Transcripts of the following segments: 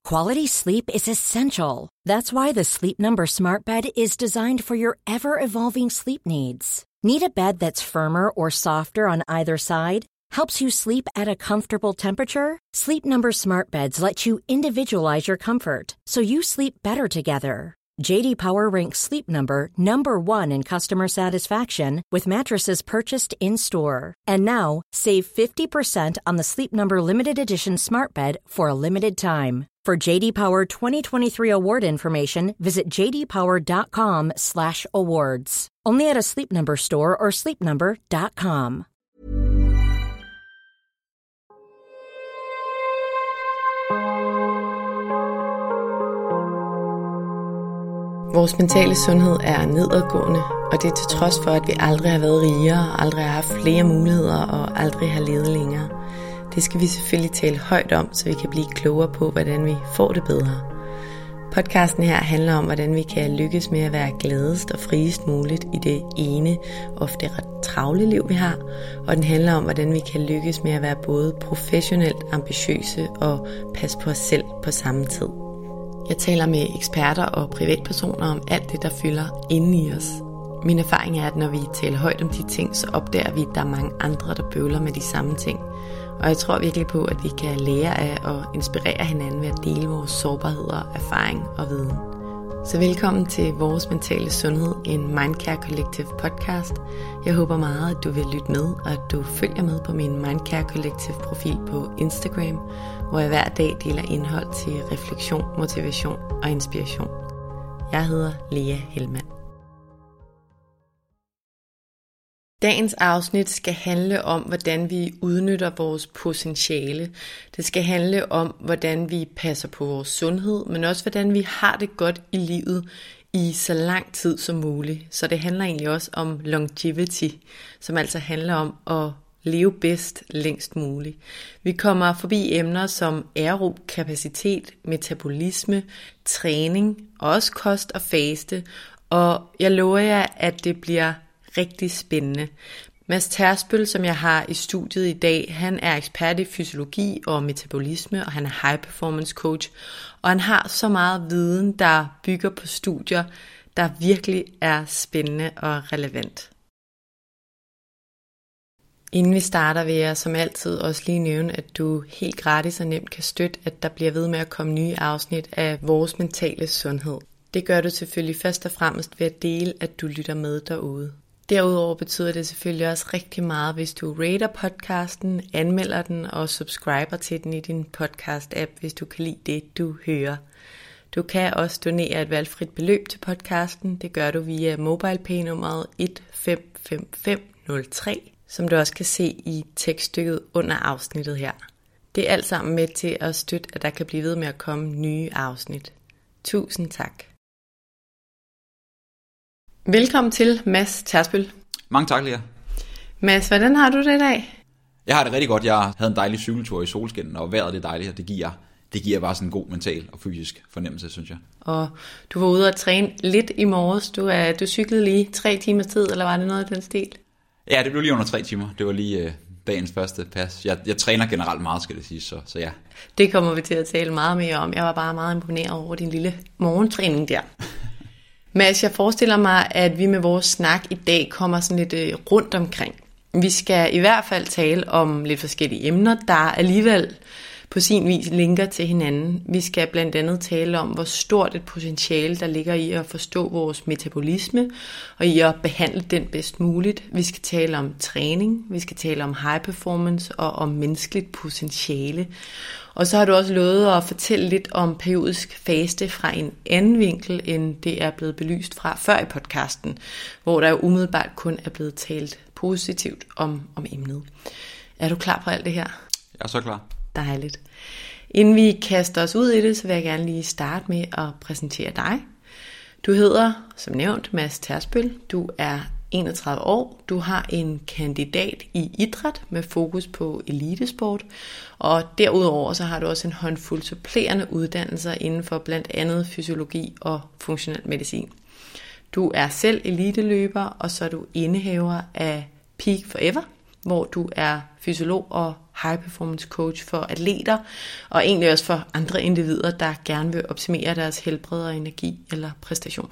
Quality sleep is essential. That's why the Sleep Number Smart Bed is designed for your ever-evolving sleep needs. Need a bed that's firmer or softer on either side? Helps you sleep at a comfortable temperature? Sleep Number Smart Beds let you individualize your comfort, so you sleep better together. J.D. Power ranks Sleep Number number 1 in customer satisfaction with mattresses purchased in-store. And now, save 50% on the Sleep Number Limited Edition Smart Bed for a limited time. For J.D. Power 2023 award information, visit jdpower.com/awards. Only at a Sleep Number store or sleepnumber.com. Vores mentale sundhed er nedadgående, og det er til trods for, at vi aldrig har været rigere, aldrig har haft flere muligheder og aldrig har levet længere. Det skal vi selvfølgelig tale højt om, så vi kan blive klogere på, hvordan vi får det bedre. Podcasten her handler om, hvordan vi kan lykkes med at være gladest og friest muligt i det ene, ofte ret travle liv, vi har. Og den handler om, hvordan vi kan lykkes med at være både professionelt ambitiøse og passe på os selv på samme tid. Jeg taler med eksperter og privatpersoner om alt det, der fylder inde i os. Min erfaring er, at når vi taler højt om de ting, så opdager vi, at der er mange andre, der bøvler med de samme ting. Og jeg tror virkelig på, at vi kan lære af og inspirere hinanden ved at dele vores sårbarheder, erfaring og viden. Så velkommen til Vores Mentale Sundhed, en Mindcare Collective podcast. Jeg håber meget, at du vil lytte med, og at du følger med på min Mindcare Collective profil på Instagram, hvor jeg hver dag deler indhold til refleksion, motivation og inspiration. Jeg hedder Lea Helmand. Dagens afsnit skal handle om, hvordan vi udnytter vores potentiale. Det skal handle om, hvordan vi passer på vores sundhed, men også hvordan vi har det godt i livet i så lang tid som muligt. Så det handler egentlig også om longevity, som altså handler om at leve bedst længst muligt. Vi kommer forbi emner som aerob kapacitet, metabolisme, træning, og også kost og faste. Og jeg lover jer, at det bliver rigtig spændende. Mads Tersbøl, som jeg har i studiet i dag, han er ekspert i fysiologi og metabolisme, og han er high performance coach. Og han har så meget viden, der bygger på studier, der virkelig er spændende og relevant. Inden vi starter, vil jeg som altid også lige nævne, at du helt gratis og nemt kan støtte, at der bliver ved med at komme nye afsnit af Vores Mentale Sundhed. Det gør du selvfølgelig først og fremmest ved at dele, at du lytter med derude. Derudover betyder det selvfølgelig også rigtig meget, hvis du rater podcasten, anmelder den og subscriber til den i din podcast-app, hvis du kan lide det, du hører. Du kan også donere et valgfrit beløb til podcasten. Det gør du via MobilePay-nummeret 155503, som du også kan se i tekststykket under afsnittet her. Det er alt sammen med til at støtte, at der kan blive ved med at komme nye afsnit. Tusind tak. Velkommen til Mads Tersbøl. Mange tak, Lea. Mads, hvordan har du det i dag? Jeg har det rigtig godt. Jeg havde en dejlig cykeltur i solskin, og vejret er dejligt, og det giver bare sådan en god mental og fysisk fornemmelse, synes jeg. Og du var ude at træne lidt i morges. Du cyklede lige 3 timers tid, eller var det noget af den stil? Ja, det blev lige under 3 timer. Det var lige dagens første pas. Jeg træner generelt meget, skal det sige, så ja. Det kommer vi til at tale meget mere om. Jeg var bare meget imponeret over din lille morgentræning der. Mads, jeg forestiller mig, at vi med vores snak i dag kommer sådan lidt rundt omkring. Vi skal i hvert fald tale om lidt forskellige emner, der alligevel på sin vis linker til hinanden. Vi skal blandt andet tale om, hvor stort et potentiale der ligger i at forstå vores metabolisme og i at behandle den bedst muligt. Vi skal tale om træning, vi skal tale om high performance og om menneskeligt potentiale. Og så har du også lovet at fortælle lidt om periodisk faste fra en anden vinkel, end det er blevet belyst fra før i podcasten, hvor der jo umiddelbart kun er blevet talt positivt om emnet. Er du klar på alt det her? Jeg er så klar. Dejligt. Inden vi kaster os ud i det, så vil jeg gerne lige starte med at præsentere dig. Du hedder, som nævnt, Mads Tersbøl. Du er 31 år. Du har en kandidat i idræt med fokus på elitesport. Og derudover så har du også en håndfuld supplerende uddannelser inden for blandt andet fysiologi og funktionel medicin. Du er selv eliteløber, og så er du indehaver af Peak Forever, hvor du er fysiolog og high performance coach for atleter, og egentlig også for andre individer, der gerne vil optimere deres helbred og energi eller præstation.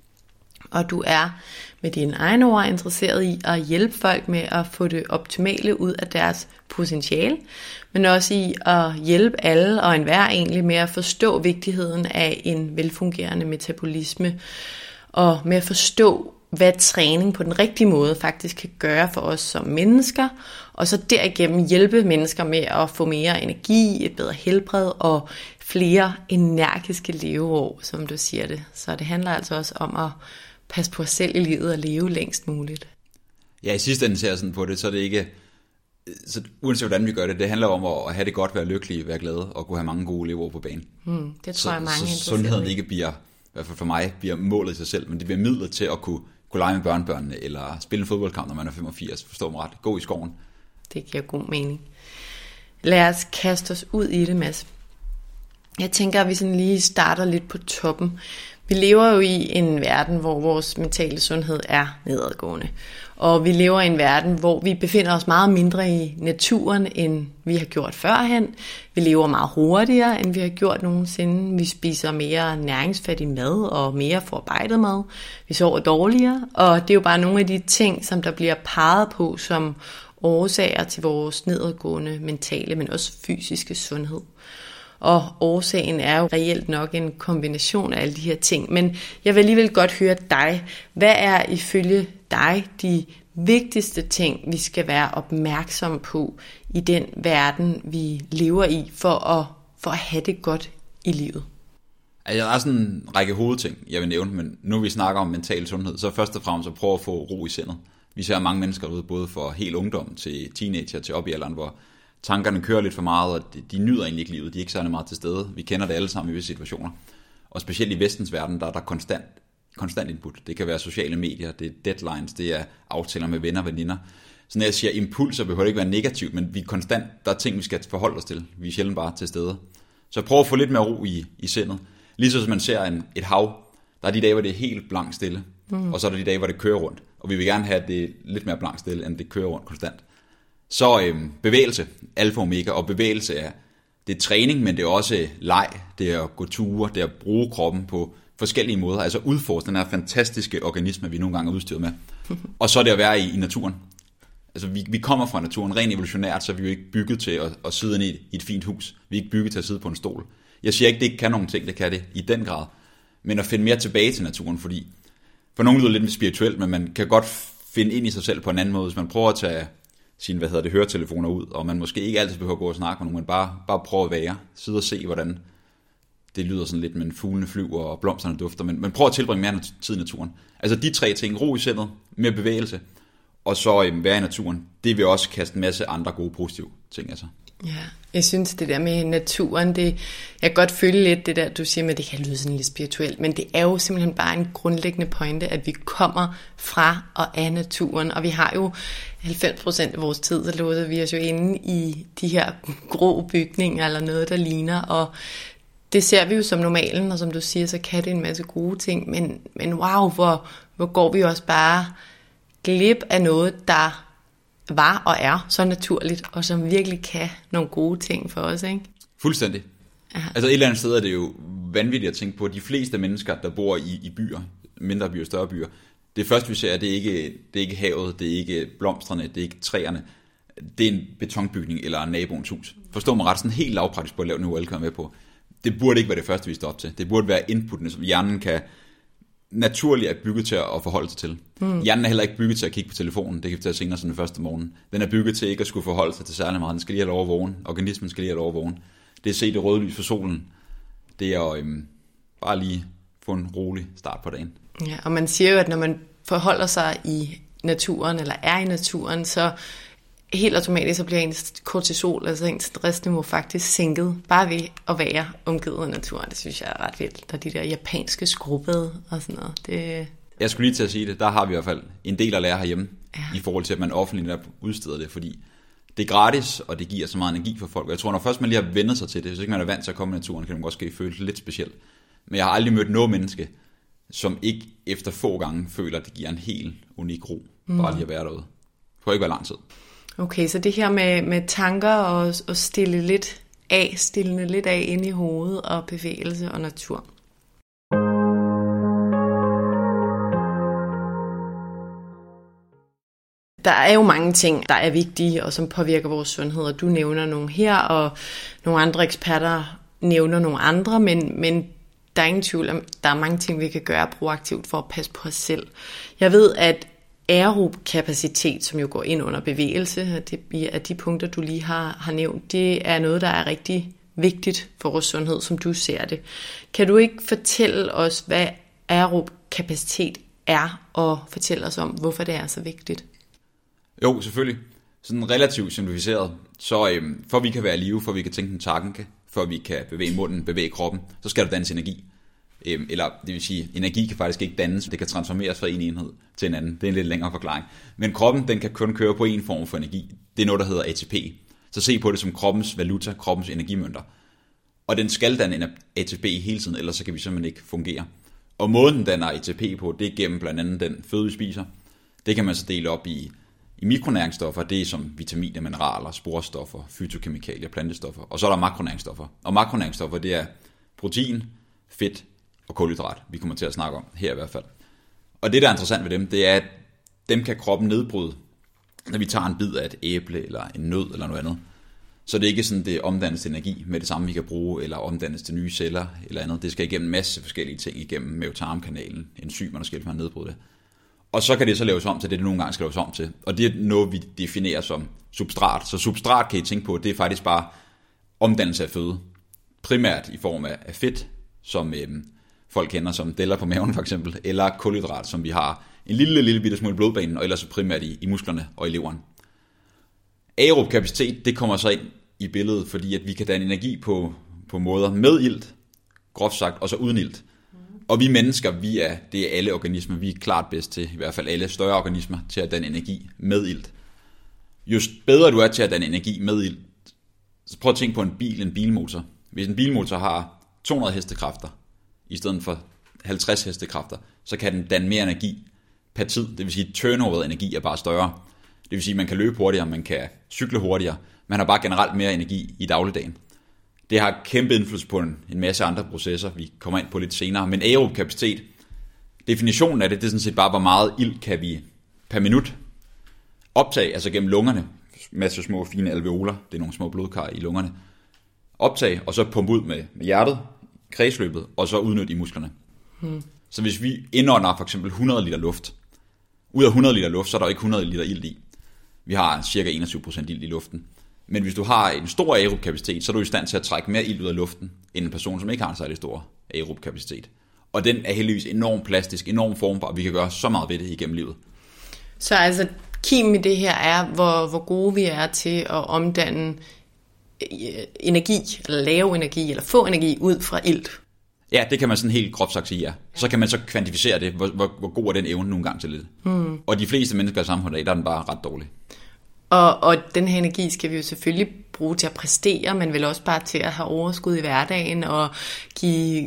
Og du er med dine egne ord interesseret i at hjælpe folk med at få det optimale ud af deres potentiale, men også i at hjælpe alle og enhver egentlig med at forstå vigtigheden af en velfungerende metabolisme, og med at forstå, hvad træning på den rigtige måde faktisk kan gøre for os som mennesker, og så derigennem hjælpe mennesker med at få mere energi, et bedre helbred og flere energiske leveår, som du siger det. Så det handler altså også om at passe på os selv i livet og leve længst muligt. Ja, i sidste ende ser jeg sådan på det, så er det ikke, så uanset hvordan vi gør det, det handler om at have det godt, være lykkelig, være glad og kunne have mange gode leveår på banen. Det tror jeg mange så sundheden ikke bliver, i hvert fald for mig, bliver målet i sig selv, men det bliver midlet til at kunne lege med børnebørnene, eller spille en fodboldkamp, når man er 85, forstår mig ret, gå i skoven. Det giver god mening. Lad os kaste os ud i det, Mads. Jeg tænker, at vi sådan lige starter lidt på toppen. Vi lever jo i en verden, hvor vores mentale sundhed er nedadgående. Og vi lever i en verden, hvor vi befinder os meget mindre i naturen, end vi har gjort førhen. Vi lever meget hurtigere, end vi har gjort nogensinde. Vi spiser mere næringsfattig mad og mere forarbejdet mad. Vi sover dårligere, og det er jo bare nogle af de ting, som der bliver peget på som årsager til vores nedadgående mentale, men også fysiske sundhed. Og årsagen er jo reelt nok en kombination af alle de her ting. Men jeg vil alligevel godt høre dig. Hvad er ifølge dig de vigtigste ting, vi skal være opmærksomme på i den verden, vi lever i, for at have det godt i livet? Altså, der er sådan en række hovedting, jeg vil nævne, men nu vi snakker om mental sundhed, så først og fremmest at prøve at få ro i sindet. Vi ser mange mennesker derude, både for helt ungdom til teenager til op i alderen, hvor tankerne kører lidt for meget, og de nyder egentlig ikke livet. De er ikke særlig meget til stede. Vi kender det alle sammen i visse situationer. Og specielt i vestens verden, der er der konstant input. Det kan være sociale medier, det er deadlines, det er aftaler med venner og veninder. Så når jeg siger impulser, behøver det ikke være negativt, men vi er konstant, der er ting, vi skal forholde os til. Vi er sjældent bare til stede. Så prøv at få lidt mere ro i sindet. Ligesom hvis man ser et hav, der er de dage, hvor det er helt blankt stille, og så er der de dage, hvor det kører rundt. Og vi vil gerne have det lidt mere blankt stille, end det kører rundt konstant. Så bevægelse, alfa og omega, og bevægelse det er træning, men det er også leg, det er at gå ture, det er at bruge kroppen på forskellige måder, altså udforske den her fantastiske organisme, vi nogle gange er udstyret med. Og så er det at være i naturen. Altså vi kommer fra naturen, rent evolutionært, så er vi jo ikke bygget til at sidde inde i et fint hus. Vi er ikke bygget til at sidde på en stol. Jeg siger ikke, det ikke kan nogen ting, det kan det i den grad. Men at finde mere tilbage til naturen, fordi for nogen lyder det lidt spirituelt, men man kan godt finde ind i sig selv på en anden måde, hvis man prøver at tage sine, høretelefoner ud, og man måske ikke altid behøver at gå og snakke med nogen, men bare prøve at være, sidde og se, hvordan det lyder sådan lidt, men fuglene flyver og blomsterne dufter, men prøv at tilbringe mere tid i naturen. Altså de tre ting, ro i sindet, mere bevægelse, og så være i naturen, det vil også kaste en masse andre gode positive ting af sig. Ja, jeg synes det der med naturen, jeg kan godt føle lidt det der, du siger med, det kan lyde sådan lidt spirituelt, men det er jo simpelthen bare en grundlæggende pointe, at vi kommer fra og af naturen, og vi har jo 90% af vores tid, så låser vi os jo inde i de her grå bygninger, eller noget, der ligner, og det ser vi jo som normalen, og som du siger, så kan det en masse gode ting, men wow, hvor går vi også bare glip af noget, der var og er så naturligt, og som virkelig kan nogle gode ting for os, ikke? Fuldstændig. Aha. Altså et eller andet sted er det jo vanvittigt at tænke på, at de fleste mennesker, der bor i byer, mindre byer, større byer, det første vi ser, det er ikke havet, det er ikke blomsterne, det er ikke træerne, det er en betonbygning eller naboens hus. Forstår mig ret, sådan helt lavpraktisk på at lave nu, alle kan med på. Det burde ikke være det første, vi står op til. Det burde være inputtene, som hjernen kan naturligt er bygget til at forholde sig til. Hjernen er heller ikke bygget til at kigge på telefonen. Det kan vi tage senere sådan den første morgen. Den er bygget til ikke at skulle forholde sig til særlig meget. Den skal lige have lov at vågne. Organismen skal lige have lov at vågne. Det er at se det røde lys for solen. Det er at bare lige få en rolig start på dagen. Ja, og man siger jo, at når man forholder sig i naturen, eller er i naturen, så helt automatisk så bliver ens kortisol, altså ens stressniveau faktisk sænket, bare ved at være omgivet af naturen. Det synes jeg er ret vildt. Der er de der japanske skrubbede og sådan noget. Jeg skulle lige til at sige det. Der har vi i hvert fald en del at lære herhjemme, i forhold til, at man offentligt udsteder det, fordi det er gratis, og det giver så meget energi for folk. Og jeg tror, når først man lige har vendt sig til det, hvis ikke man er vant til at komme i naturen, kan man måske føle sig lidt specielt. Men jeg har aldrig mødt noget menneske, som ikke efter få gange føler, at det giver en helt unik ro, bare lige at være derude. Det får ikke være lang tid. Okay, så det her med tanker og stillende lidt af inde i hovedet og bevægelse og natur. Der er jo mange ting, der er vigtige og som påvirker vores sundhed, og du nævner nogle her, og nogle andre eksperter nævner nogle andre, men der er ingen tvivl om, der er mange ting, vi kan gøre proaktivt for at passe på os selv. Jeg ved, at aerob kapacitet, som jo går ind under bevægelse, af de punkter, du lige har nævnt, det er noget, der er rigtig vigtigt for vores sundhed, som du ser det. Kan du ikke fortælle os, hvad aerob kapacitet er, og fortælle os om, hvorfor det er så vigtigt? Jo, selvfølgelig. Sådan relativt simplificeret. Så for vi kan være i live, for vi kan tænke en tanke, for vi kan bevæge munden, bevæge kroppen, så skal der dannes energi. Eller det vil sige, energi kan faktisk ikke dannes, det kan transformeres fra en enhed til en anden. Det er en lidt længere forklaring. Men kroppen, den kan kun køre på en form for energi. Det er noget, der hedder ATP. Så se på det som kroppens valuta, kroppens energimønter. Og den skal danne ATP hele tiden, ellers så kan vi simpelthen ikke fungere. Og måden den danner ATP på, det er gennem blandt andet den føde, vi spiser. Det kan man så dele op i mikronæringsstoffer, det er som vitaminer, mineraler, sporstoffer, fytokemikalier, plantestoffer. Og så er der makronæringsstoffer. Og makronæringsstoffer, det er protein, fedt og kulhydrat, vi kommer til at snakke om her i hvert fald. Og det, der er interessant ved dem, det er, at dem kan kroppen nedbryde, når vi tager en bid af et æble, eller en nød, eller noget andet. Så det er ikke sådan, det omdannes til energi med det samme, vi kan bruge, eller omdannes til nye celler, eller andet. Det skal igennem en masse forskellige ting, igennem mavetarmkanalen, enzymer, der skal man nedbryde det. Og så kan det så laves om til det nogle gange skal laves om til. Og det er noget, vi definerer som substrat. Så substrat kan I tænke på, det er faktisk bare omdannelse af føde. Primært i form af fedt, som folk kender som deller på maven for eksempel, eller kulhydrat, som vi har en lille bitte smule blodbanen, og ellers så primært i musklerne og i leveren. Aerob kapacitet, det kommer så ind i billedet, fordi at vi kan danne energi på måder med ilt, groft sagt, og så uden ilt. Og vi mennesker, det er alle organismer, vi er klart bedst til, i hvert fald alle større organismer, til at danne energi med ilt. Jo bedre du er til at danne energi med ilt, så prøv at tænke på en bilmotor. Hvis en bilmotor har 200 hestekræfter, i stedet for 50 hestekræfter, så kan den danne mere energi per tid. Det vil sige, at turnover energi er bare større. Det vil sige, at man kan løbe hurtigere, man kan cykle hurtigere. Man har bare generelt mere energi i dagligdagen. Det har kæmpe indflydelse på en masse andre processer, vi kommer ind på lidt senere. Men aerob kapacitet, definitionen af det er sådan set bare, hvor meget ilt kan vi per minut optage, altså gennem lungerne. Masse små fine alveoler, det er nogle små blodkar i lungerne. Optage, og så pumpe ud med hjertet, kredsløbet, og så udnytte i musklerne. Så hvis vi indånder for eksempel 100 liter luft, ud af 100 liter luft, så er der ikke 100 liter ilt i. Vi har cirka 21% ilt i luften. Men hvis du har en stor aerob kapacitet, så er du i stand til at trække mere ilt ud af luften, end en person, som ikke har en særlig stor aerob kapacitet. Og den er heldigvis enormt plastisk, enormt formbar, og vi kan gøre så meget ved det igennem livet. Så altså, kimen i det her er, hvor gode vi er til at omdanne energi, eller lave energi, eller få energi ud fra ilt. Ja, det kan man sådan helt groft sagt sige, ja. Så kan man så kvantificere det, hvor god er den evne nogle gange til lidt. Og de fleste mennesker i samfundet, der er den bare ret dårlig. Og den her energi skal vi jo selvfølgelig bruge til at præstere, men vel også bare til at have overskud i hverdagen og give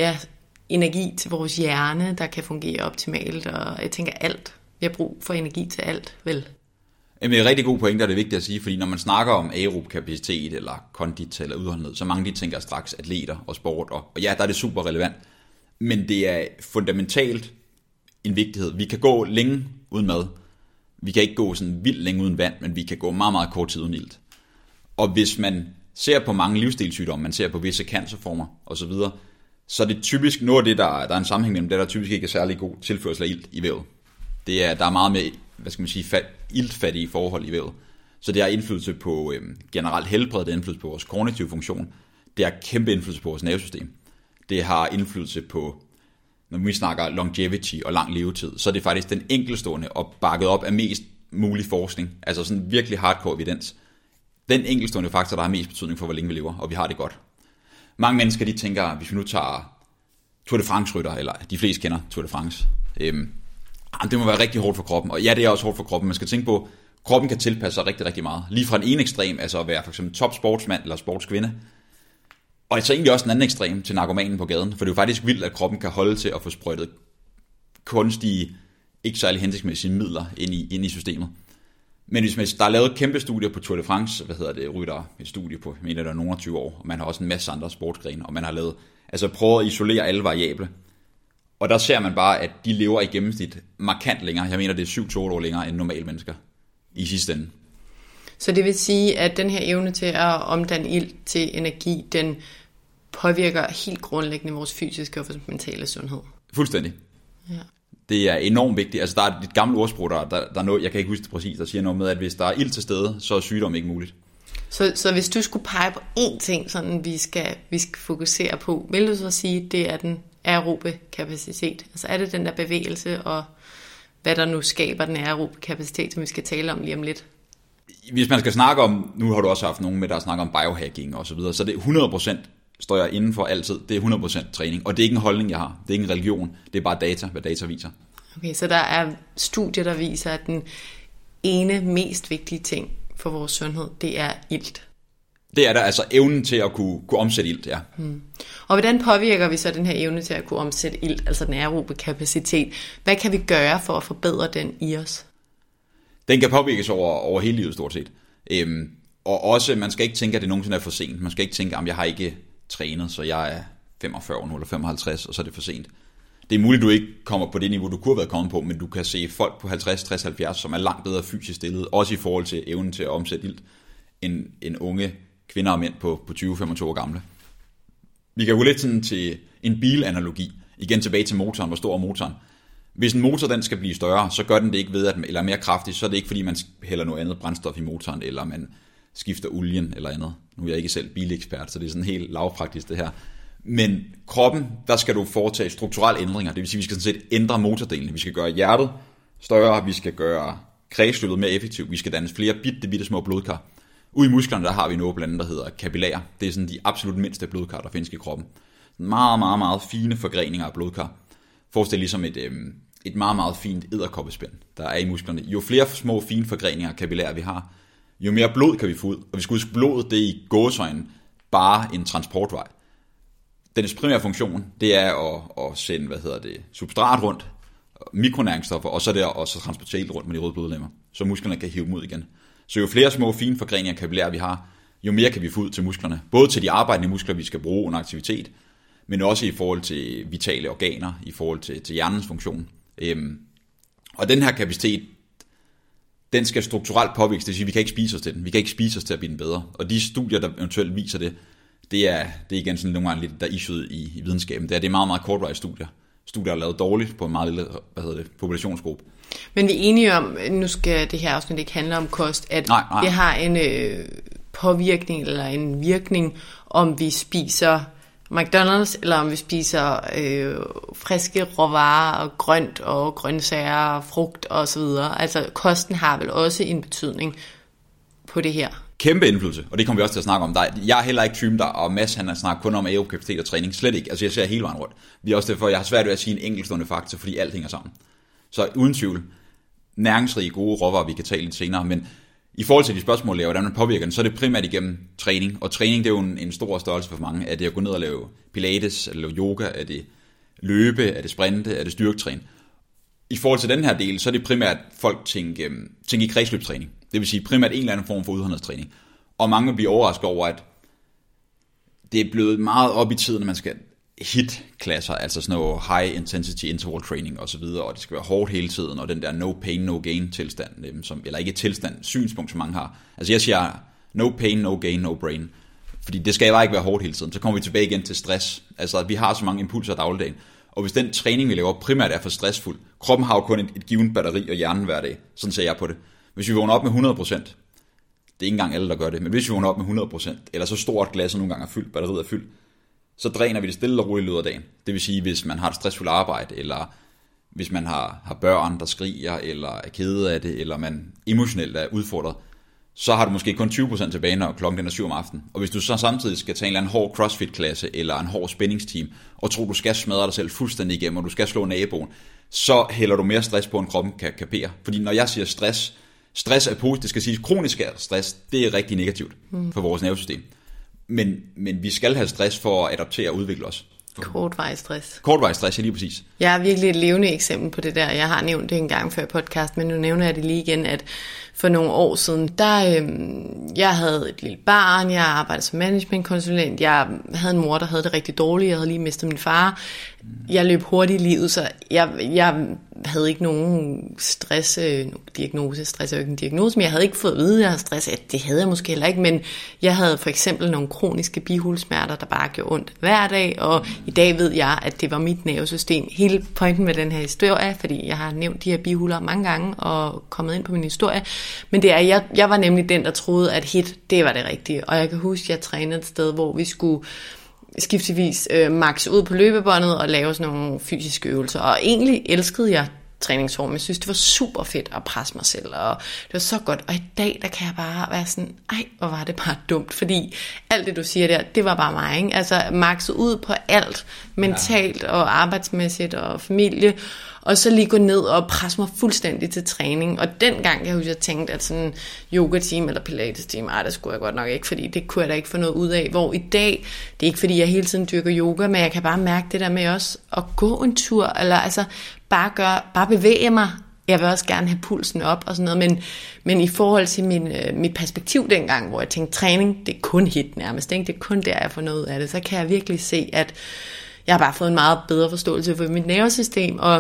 energi til vores hjerne, der kan fungere optimalt. Og jeg tænker alt. Vi har brug for energi til alt, vel? Jamen, det er en rigtig god pointe, og det er vigtigt at sige, fordi når man snakker om aerob kapacitet eller kondit eller udholdenhed, så mange de tænker straks atleter og sport, og ja, der er det super relevant. Men det er fundamentalt en vigtighed. Vi kan gå længe uden mad. Vi kan ikke gå sådan vildt længe uden vand, men vi kan gå meget, meget kort tid uden ilt. Og hvis man ser på mange livsstilssygdomme, man ser på visse cancerformer osv., så er det typisk noget af det, der er en sammenhæng mellem det, der typisk ikke er særlig god tilførsel af ilt i vævet. Der er meget mere, iltfattige forhold i vævet. Så det har indflydelse på generelt helbred, det har indflydelse på vores kognitive funktion, det har kæmpe indflydelse på vores nervesystem. Det har indflydelse på, når vi snakker longevity og lang levetid, så er det faktisk den enkeltstående og bakket op af mest mulig forskning, altså sådan virkelig hardcore evidens. Den enkeltstående faktor, der har mest betydning for, hvor længe vi lever, og vi har det godt. Mange mennesker, de tænker, hvis vi nu tager Tour de France-rytter, eller de fleste kender Tour de France, det må være rigtig hårdt for kroppen, og ja, det er også hårdt for kroppen. Man skal tænke på, at kroppen kan tilpasse sig rigtig, rigtig meget. Lige fra en ene ekstrem, altså at være for eksempel top sportsmand eller sportskvinde, og så egentlig også en anden ekstrem til narkomanen på gaden, for det er jo faktisk vildt, at kroppen kan holde til at få sprøjtet kunstige, ikke særlig hensigtsmæssige midler ind i systemet. Men hvis der er lavet et kæmpe studie på Tour de France, rytter et studie på, jeg mener, der er nogle 20 år, og man har også en masse andre sportsgrene, og man har prøvet at isolere alle variable. Og der ser man bare, at de lever i gennemsnit markant længere. Jeg mener, det er 7-8 år længere end normale mennesker i sidste ende. Så det vil sige, at den her evne til at omdanne ilt til energi, den påvirker helt grundlæggende vores fysiske og vores mentale sundhed. Fuldstændig. Ja. Det er enormt vigtigt. Altså, der er et gammelt ordsprog, der er noget, jeg kan ikke huske det præcis, der siger noget med, at hvis der er ilt til stede, så er sygdom ikke muligt. Så hvis du skulle pege på én ting, sådan vi skal fokusere på, vil du så sige, det er den aerobe kapacitet? Altså er det den der bevægelse, og hvad der nu skaber den aerobe kapacitet, som vi skal tale om lige om lidt? Hvis man skal snakke om, nu har du også haft nogen med, der snakker om biohacking og så videre, så det er 100% står jeg inden for altid. Det er 100% træning, og det er ikke en holdning, jeg har. Det er ikke en religion, det er bare data, hvad data viser. Okay, så der er studier, der viser, at den ene mest vigtige ting for vores sundhed, det er ilt. Det er der, altså evnen til at kunne omsætte ilt, ja. Og hvordan påvirker vi så den her evne til at kunne omsætte ilt, altså den aerobe kapacitet? Hvad kan vi gøre for at forbedre den i os? Den kan påvirkes over hele livet stort set. Og også, man skal ikke tænke, at det nogensinde er for sent. Man skal ikke tænke, at jeg har ikke trænet, så jeg er 45 nu eller 55, og så er det for sent. Det er muligt, du ikke kommer på det niveau, du kunne have været kommet på, men du kan se folk på 50, 60, 70, som er langt bedre fysisk stillet, også i forhold til evnen til at omsætte ilt, end unge kvinder og mænd på 20-25 år gamle. Vi kan gå lidt sådan til en bilanalogi. Igen tilbage til motoren. Hvor stor er motoren? Hvis en motor den skal blive større, så gør den det ikke ved, eller mere kraftig, så er det ikke fordi, man hælder noget andet brændstof i motoren, eller man skifter olien eller andet. Nu er jeg ikke selv bilekspert, så det er sådan helt lavpraktisk det her. Men kroppen, der skal du foretage strukturelle ændringer. Det vil sige, at vi skal sådan set ændre motordelen. Vi skal gøre hjertet større, vi skal gøre kredsløbet mere effektivt, vi skal danne flere bitte små blodkar. Ude i musklerne, der har vi noget blandt andet, der hedder kapillærer. Det er sådan de absolut mindste blodkar, der findes i kroppen. Meget, meget, meget fine forgreninger af blodkar. Forestil ligesom et meget, meget fint edderkoppespænd, der er i musklerne. Jo flere små, fine forgreninger af kapillærer vi har, jo mere blod kan vi få ud. Og vi skal huske, blodet, det er i gåseøjne bare en transportvej. Dens primære funktion, det er at sende, substrat rundt, mikronæringsstoffer, og så der og så transportere ilt rundt med de røde blodlemmer, så musklerne kan hive dem ud igen. Så jo flere små, fine forgreninger af kapillærer vi har, jo mere kan vi få ud til musklerne. Både til de arbejdende muskler, vi skal bruge under aktivitet, men også i forhold til vitale organer, i forhold til hjernens funktion. Og den her kapacitet, den skal strukturelt påvirkes, det vil sige, at vi kan ikke spise os til den. Vi kan ikke spise os til at blive den bedre. Og de studier, der eventuelt viser det er igen sådan nogle gange lidt, der issued i videnskaben. Det er meget, meget kortvarige studier. Studier er lavet dårligt på en meget lille populationsgruppe. Men vi er enige om, nu skal det her afsnit ikke handle om kost, at nej. Det har en påvirkning eller en virkning, om vi spiser McDonald's, eller om vi spiser friske råvarer og grønt og grøntsager og frugt og så videre. Altså kosten har vel også en betydning på det her. Kæmpe indflydelse, og det kommer vi også til at snakke om. Jeg er heller ikke typen, og Mads han har snakket kun om aerob kapacitet og træning. Slet ikke, altså jeg ser hele vejen rundt. Det er også derfor, jeg har svært ved at sige en enkeltstående faktor, fordi alt hænger sammen. Så uden tvivl, næringsrige gode råvarer, vi kan tale lidt senere, men i forhold til de spørgsmål, hvordan man påvirker den, så er det primært igennem træning. Og træning, det er jo en stor størrelse for mange. Er det at gå ned og lave pilates, eller lave yoga, er det løbe, er det sprinte, er det styrketræne? I forhold til den her del, så er det primært folk tænke i kredsløbstræning. Det vil sige primært en eller anden form for udholdenhedstræning. Og mange bliver overrasket over, at det er blevet meget op i tiden, at man skal HIIT-klasser, altså sådan noget high intensity interval training osv., og det skal være hårdt hele tiden, og den der no pain, no gain tilstand, eller ikke tilstand, synspunkt, som mange har. Altså jeg siger no pain, no gain, no brain, fordi det skal bare ikke være hårdt hele tiden. Så kommer vi tilbage igen til stress, altså at vi har så mange impulser i dagligdagen, og hvis den træning, vi laver, primært er for stressfuld, kroppen har jo kun et givet batteri og hjernen hver dag, sådan ser jeg på det. Hvis vi vågner op med 100%, det er ikke engang alle, der gør det, men hvis vi vågner op med 100%, eller så stort glasset nogle gange er fyldt, batteriet er fyldt, så dræner vi det stille og roligt i løbet af dagen. Det vil sige, hvis man har et stressfuldt arbejde, eller hvis man har børn, der skriger, eller er kede af det, eller man emotionelt er udfordret, så har du måske kun 20% tilbage, når klokken den er 7 om aftenen. Og hvis du så samtidig skal tage en eller anden hård crossfit-klasse, eller en hård spændingsteam, og tror, du skal smadre dig selv fuldstændig igennem, og du skal slå naboen, så hælder du mere stress på, end kroppen kan kapere. Fordi når jeg siger stress er positivt, det skal sige, kronisk stress, det er rigtig negativt for vores nervesystem. Men vi skal have stress for at adaptere og udvikle os. Kortvarig stress. Kortvarig stress, ja, lige præcis. Jeg er virkelig et levende eksempel på det der. Jeg har nævnt det en gang før i podcast, men nu nævner jeg det lige igen, at for nogle år siden, jeg havde et lille barn, jeg arbejdede som managementkonsulent, jeg havde en mor, der havde det rigtig dårligt, jeg havde lige mistet min far. Jeg løb hurtigt i livet, så jeg havde ikke nogen diagnose. Stress er jo ikke en diagnose, men jeg havde ikke fået at vide, at jeg havde stress. Det havde jeg måske heller ikke, men jeg havde for eksempel nogle kroniske bihulesmerter, der bare gjorde ondt hver dag, og i dag ved jeg, at det var mit nervesystem. Hele pointen med den her historie, fordi jeg har nævnt de her bihuler mange gange og kommet ind på min historie, men det er, jeg var nemlig den, der troede, at HIIT, det var det rigtige. Og jeg kan huske, at jeg trænede et sted, hvor vi skulle skiftevis max ud på løbebåndet og lave sådan nogle fysiske øvelser. Og egentlig elskede jeg træningsform. Jeg synes, det var super fedt at presse mig selv, og det var så godt. Og i dag, der kan jeg bare være sådan, hvor var det bare dumt, fordi alt det, du siger der, det var bare mig, ikke? Altså, maxet ud på alt, mentalt og arbejdsmæssigt og familie, og så lige gå ned og presse mig fuldstændig til træning. Og dengang, jeg tænkte, at sådan yoga-team eller pilates-team, det skulle jeg godt nok ikke, fordi det kunne jeg da ikke få noget ud af. Hvor i dag, det er ikke fordi, jeg hele tiden dyrker yoga, men jeg kan bare mærke det der med også at gå en tur, eller altså bare bevæge mig. Jeg vil også gerne have pulsen op og sådan noget, men i forhold til mit perspektiv dengang, hvor jeg tænkte, træning, det er kun HIIT nærmest, ikke? Det er kun der, jeg får noget ud af det. Så kan jeg virkelig se, at jeg har bare fået en meget bedre forståelse for mit nervesystem, og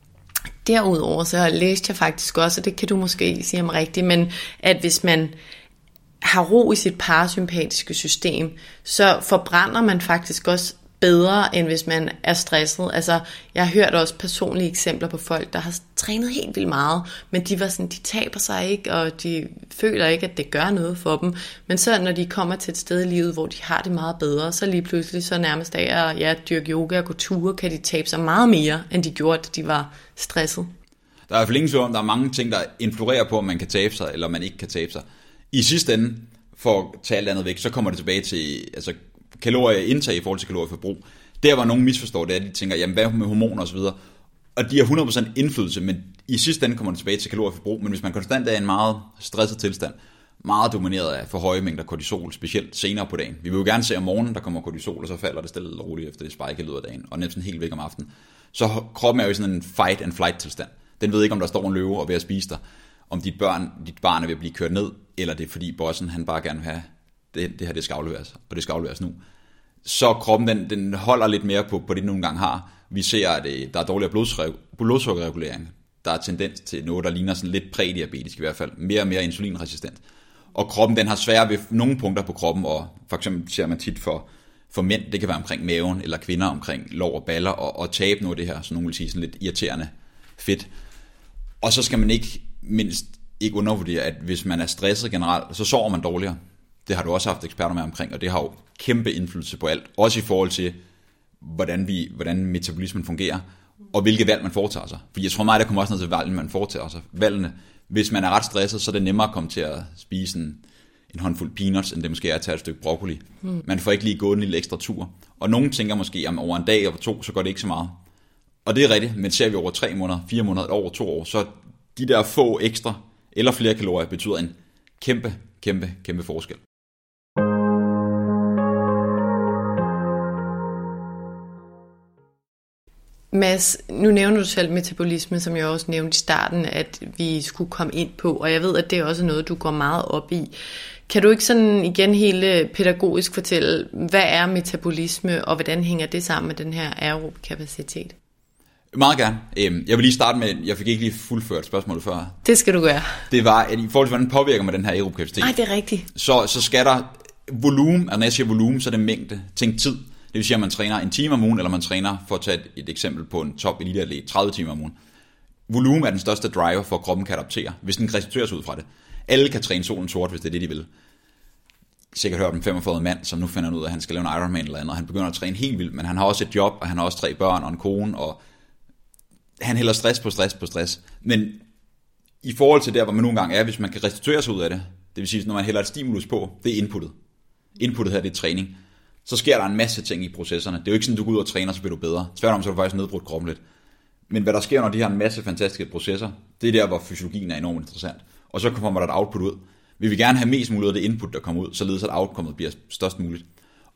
derudover så læste jeg faktisk også, og det kan du måske sige mig rigtigt, men at hvis man har ro i sit parasympatiske system, så forbrænder man faktisk også bedre, end hvis man er stresset. Altså, jeg har hørt også personlige eksempler på folk, der har trænet helt vildt meget, men de taber sig ikke, og de føler ikke, at det gør noget for dem. Men så når de kommer til et sted i livet, hvor de har det meget bedre, så lige pludselig så nærmest af at dyrke yoga og gå ture, kan de tabe sig meget mere, end de gjorde, da de var stresset. Der er i hvert fald ingen tvivl om, der er mange ting, der influerer på, om man kan tabe sig, eller man ikke kan tabe sig. I sidste ende, for at tage alt andet væk, så kommer det tilbage til kalorieindtag i forhold til kalorieforbrug. Der var nogen misforstår det, at de tænker, jamen hvad med hormoner osv. Og de har 100% indflydelse, men i sidste ende kommer det tilbage til kalorieforbrug. Men hvis man konstant er i en meget stresset tilstand, meget domineret af for høje mængder kortisol, specielt senere på dagen. Vi vil jo gerne se om morgenen, der kommer kortisol, og så falder det stille og roligt efter det spike i løbet af dagen, og næsten helt væk om aftenen. Så kroppen er jo i sådan en fight and flight tilstand. Den ved ikke, om der står en løve og er ved at spise dig, om dit barn er ved at blive kørt ned, eller det er fordi bossen, han bare gerne vil have, det her det skal afleveres, og det skal afleveres nu. Så kroppen, den holder lidt mere på det, den nogle gange har. Vi ser, at der er dårligere blodsukkerregulering. Der er tendens til noget, der ligner sådan lidt prædiabetisk i hvert fald. Mere og mere insulinresistent. Og kroppen, den har svært ved nogle punkter på kroppen, og for eksempel ser man tit for mænd, det kan være omkring maven, eller kvinder omkring lår og baller, og tabe noget af det her, så nogen vil sige sådan lidt irriterende fedt. Og så skal man ikke mindst ikke undervurdere, at hvis man er stresset generelt, så sover man dårligere. Det har du også haft eksperter med omkring, og det har jo kæmpe indflydelse på alt. Også i forhold til, hvordan metabolismen fungerer, og hvilke valg man foretager sig. For jeg tror meget, der kommer også ned til valgene, man foretager sig. Valgene, hvis man er ret stresset, så er det nemmere at komme til at spise en håndfuld peanuts, end det måske er at tage et stykke broccoli. Man får ikke lige gået en lille ekstra tur. Og nogen tænker måske, at over en dag eller 2, så går det ikke så meget. Og det er rigtigt, men ser vi over 3 måneder, 4 måneder, over 2 år, så de der få ekstra eller flere kalorier betyder en kæmpe forskel. Mads, nu nævner du selv metabolisme, som jeg også nævnte i starten, at vi skulle komme ind på, og jeg ved, at det er også noget, du går meget op i. Kan du ikke sådan igen helt pædagogisk fortælle, hvad er metabolisme, og hvordan hænger det sammen med den her aerob kapacitet? Meget gerne. Jeg vil lige starte med, jeg fik ikke lige fuldført spørgsmålet før. Det skal du gøre. Det var, at i forhold til, hvordan påvirker man den her aerob kapacitet. Nej, det er rigtigt. Så skal der volumen, og når jeg siger volumen, så er det mængde. Tænk tid. Det vil sige, at man træner en time om ugen, eller man træner, for at tage et eksempel på en top eliteatlet, 30 timer om ugen. Volumen er den største driver for, at kroppen kan adaptere, hvis den restitueres ud fra det. Alle kan træne solen sort, hvis det er det, de vil. Sikkert hørt om en 45-årig mand, som nu finder ud af, at han skal lave en Ironman eller andet, og han begynder at træne helt vildt, men han har også et job, og han har også 3 børn og en kone, og han hælder stress. Men i forhold til der, hvor man nogle gange er, hvis man kan restituere sig ud af det, det vil sige, når man hælder et stimulus på, det er inputtet. Inputtet her, det er træning. Så sker der en masse ting i processerne. Det er jo ikke sådan, du går ud og træner, så bliver du bedre. Tværtom, så er du faktisk nedbrudt kroppen lidt. Men hvad der sker, når de har en masse fantastiske processer, det er der, hvor fysiologien er enormt interessant. Og så kommer der et output ud. Vi vil gerne have mest muligt af det input, der kommer ud, således at outcomet bliver størst muligt.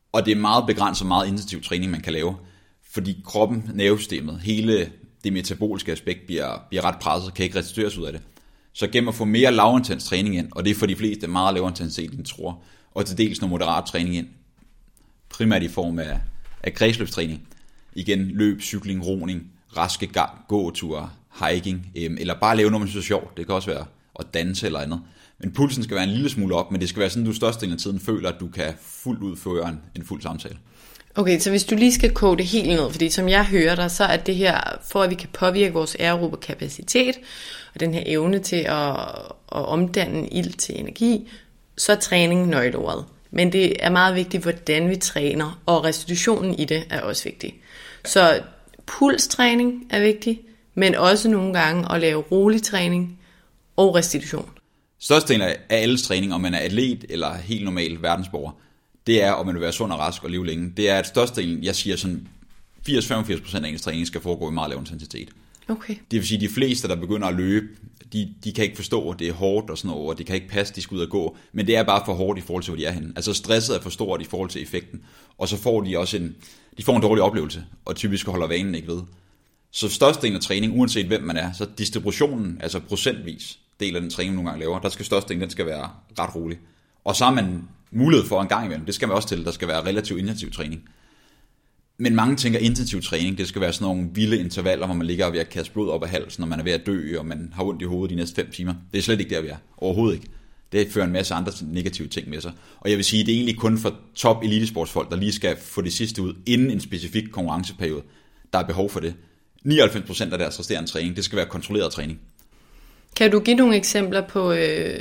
Og det er meget begrænset, meget intensiv træning, man kan lave, fordi kroppen, nervesystemet, hele det metaboliske aspekt bliver ret presset, kan ikke restitueres ud af det. Så gennem at få mere lavintens træning ind, og det er for de fleste meget lavere intensitet, end tror, og til dels noget moderat træning ind, primært i form af kredsløbstræning, igen løb, cykling, roning, raske gåture, hiking, eller bare lave noget, man synes er sjovt, det kan også være at danse eller andet. Men pulsen skal være en lille smule op, men det skal være sådan, at du størstedelen af tiden føler, at du kan fuldt ud føre en fuld samtale. Okay, så hvis du lige skal koge det helt ned, fordi som jeg hører dig, så er det her, for at vi kan påvirke vores aerobe kapacitet, og den her evne til at omdanne ilt til energi, så er træning nøgleordet. Men det er meget vigtigt, hvordan vi træner, og restitutionen i det er også vigtig. Så pulstræning er vigtig, men også nogle gange at lave rolig træning og restitution. Størstedelen af alles træning, om man er atlet eller helt normal verdensborger, det er, om man vil være sund og rask og leve længe. Det er at størstedelen, jeg siger sådan 80-85% af ens træning skal foregå i meget lav intensitet. Okay. Det vil sige, at de fleste, der begynder at løbe, de kan ikke forstå, at det er hårdt og sådan noget, og det kan ikke passe, de skal ud og gå, men det er bare for hårdt i forhold til, hvor de er henne. Altså stresset er for stort i forhold til effekten, og så får de også en dårlig oplevelse, og typisk holder vanen ikke ved. Så størstedelen af træning, uanset hvem man er, så distributionen, altså procentvis del af den træning, man nogle gange laver, der skal størstedelen, den skal være ret rolig. Og så har man mulighed for en gang imellem, det skal man også til, der skal være relativt intensiv træning. Men mange tænker intensiv træning, det skal være sådan nogle vilde intervaller, hvor man ligger ved at kaste blod op af halsen, når man er ved at dø, og man har ondt i hovedet de næste 5 timer. Det er slet ikke der, vi er. Overhovedet ikke. Det fører en masse andre negative ting med sig. Og jeg vil sige, det er egentlig kun for top elitesportsfolk, der lige skal få det sidste ud, inden en specifik konkurrenceperiode, der er behov for det. 99% af deres resterende træning, det skal være kontrolleret træning. Kan du give nogle eksempler på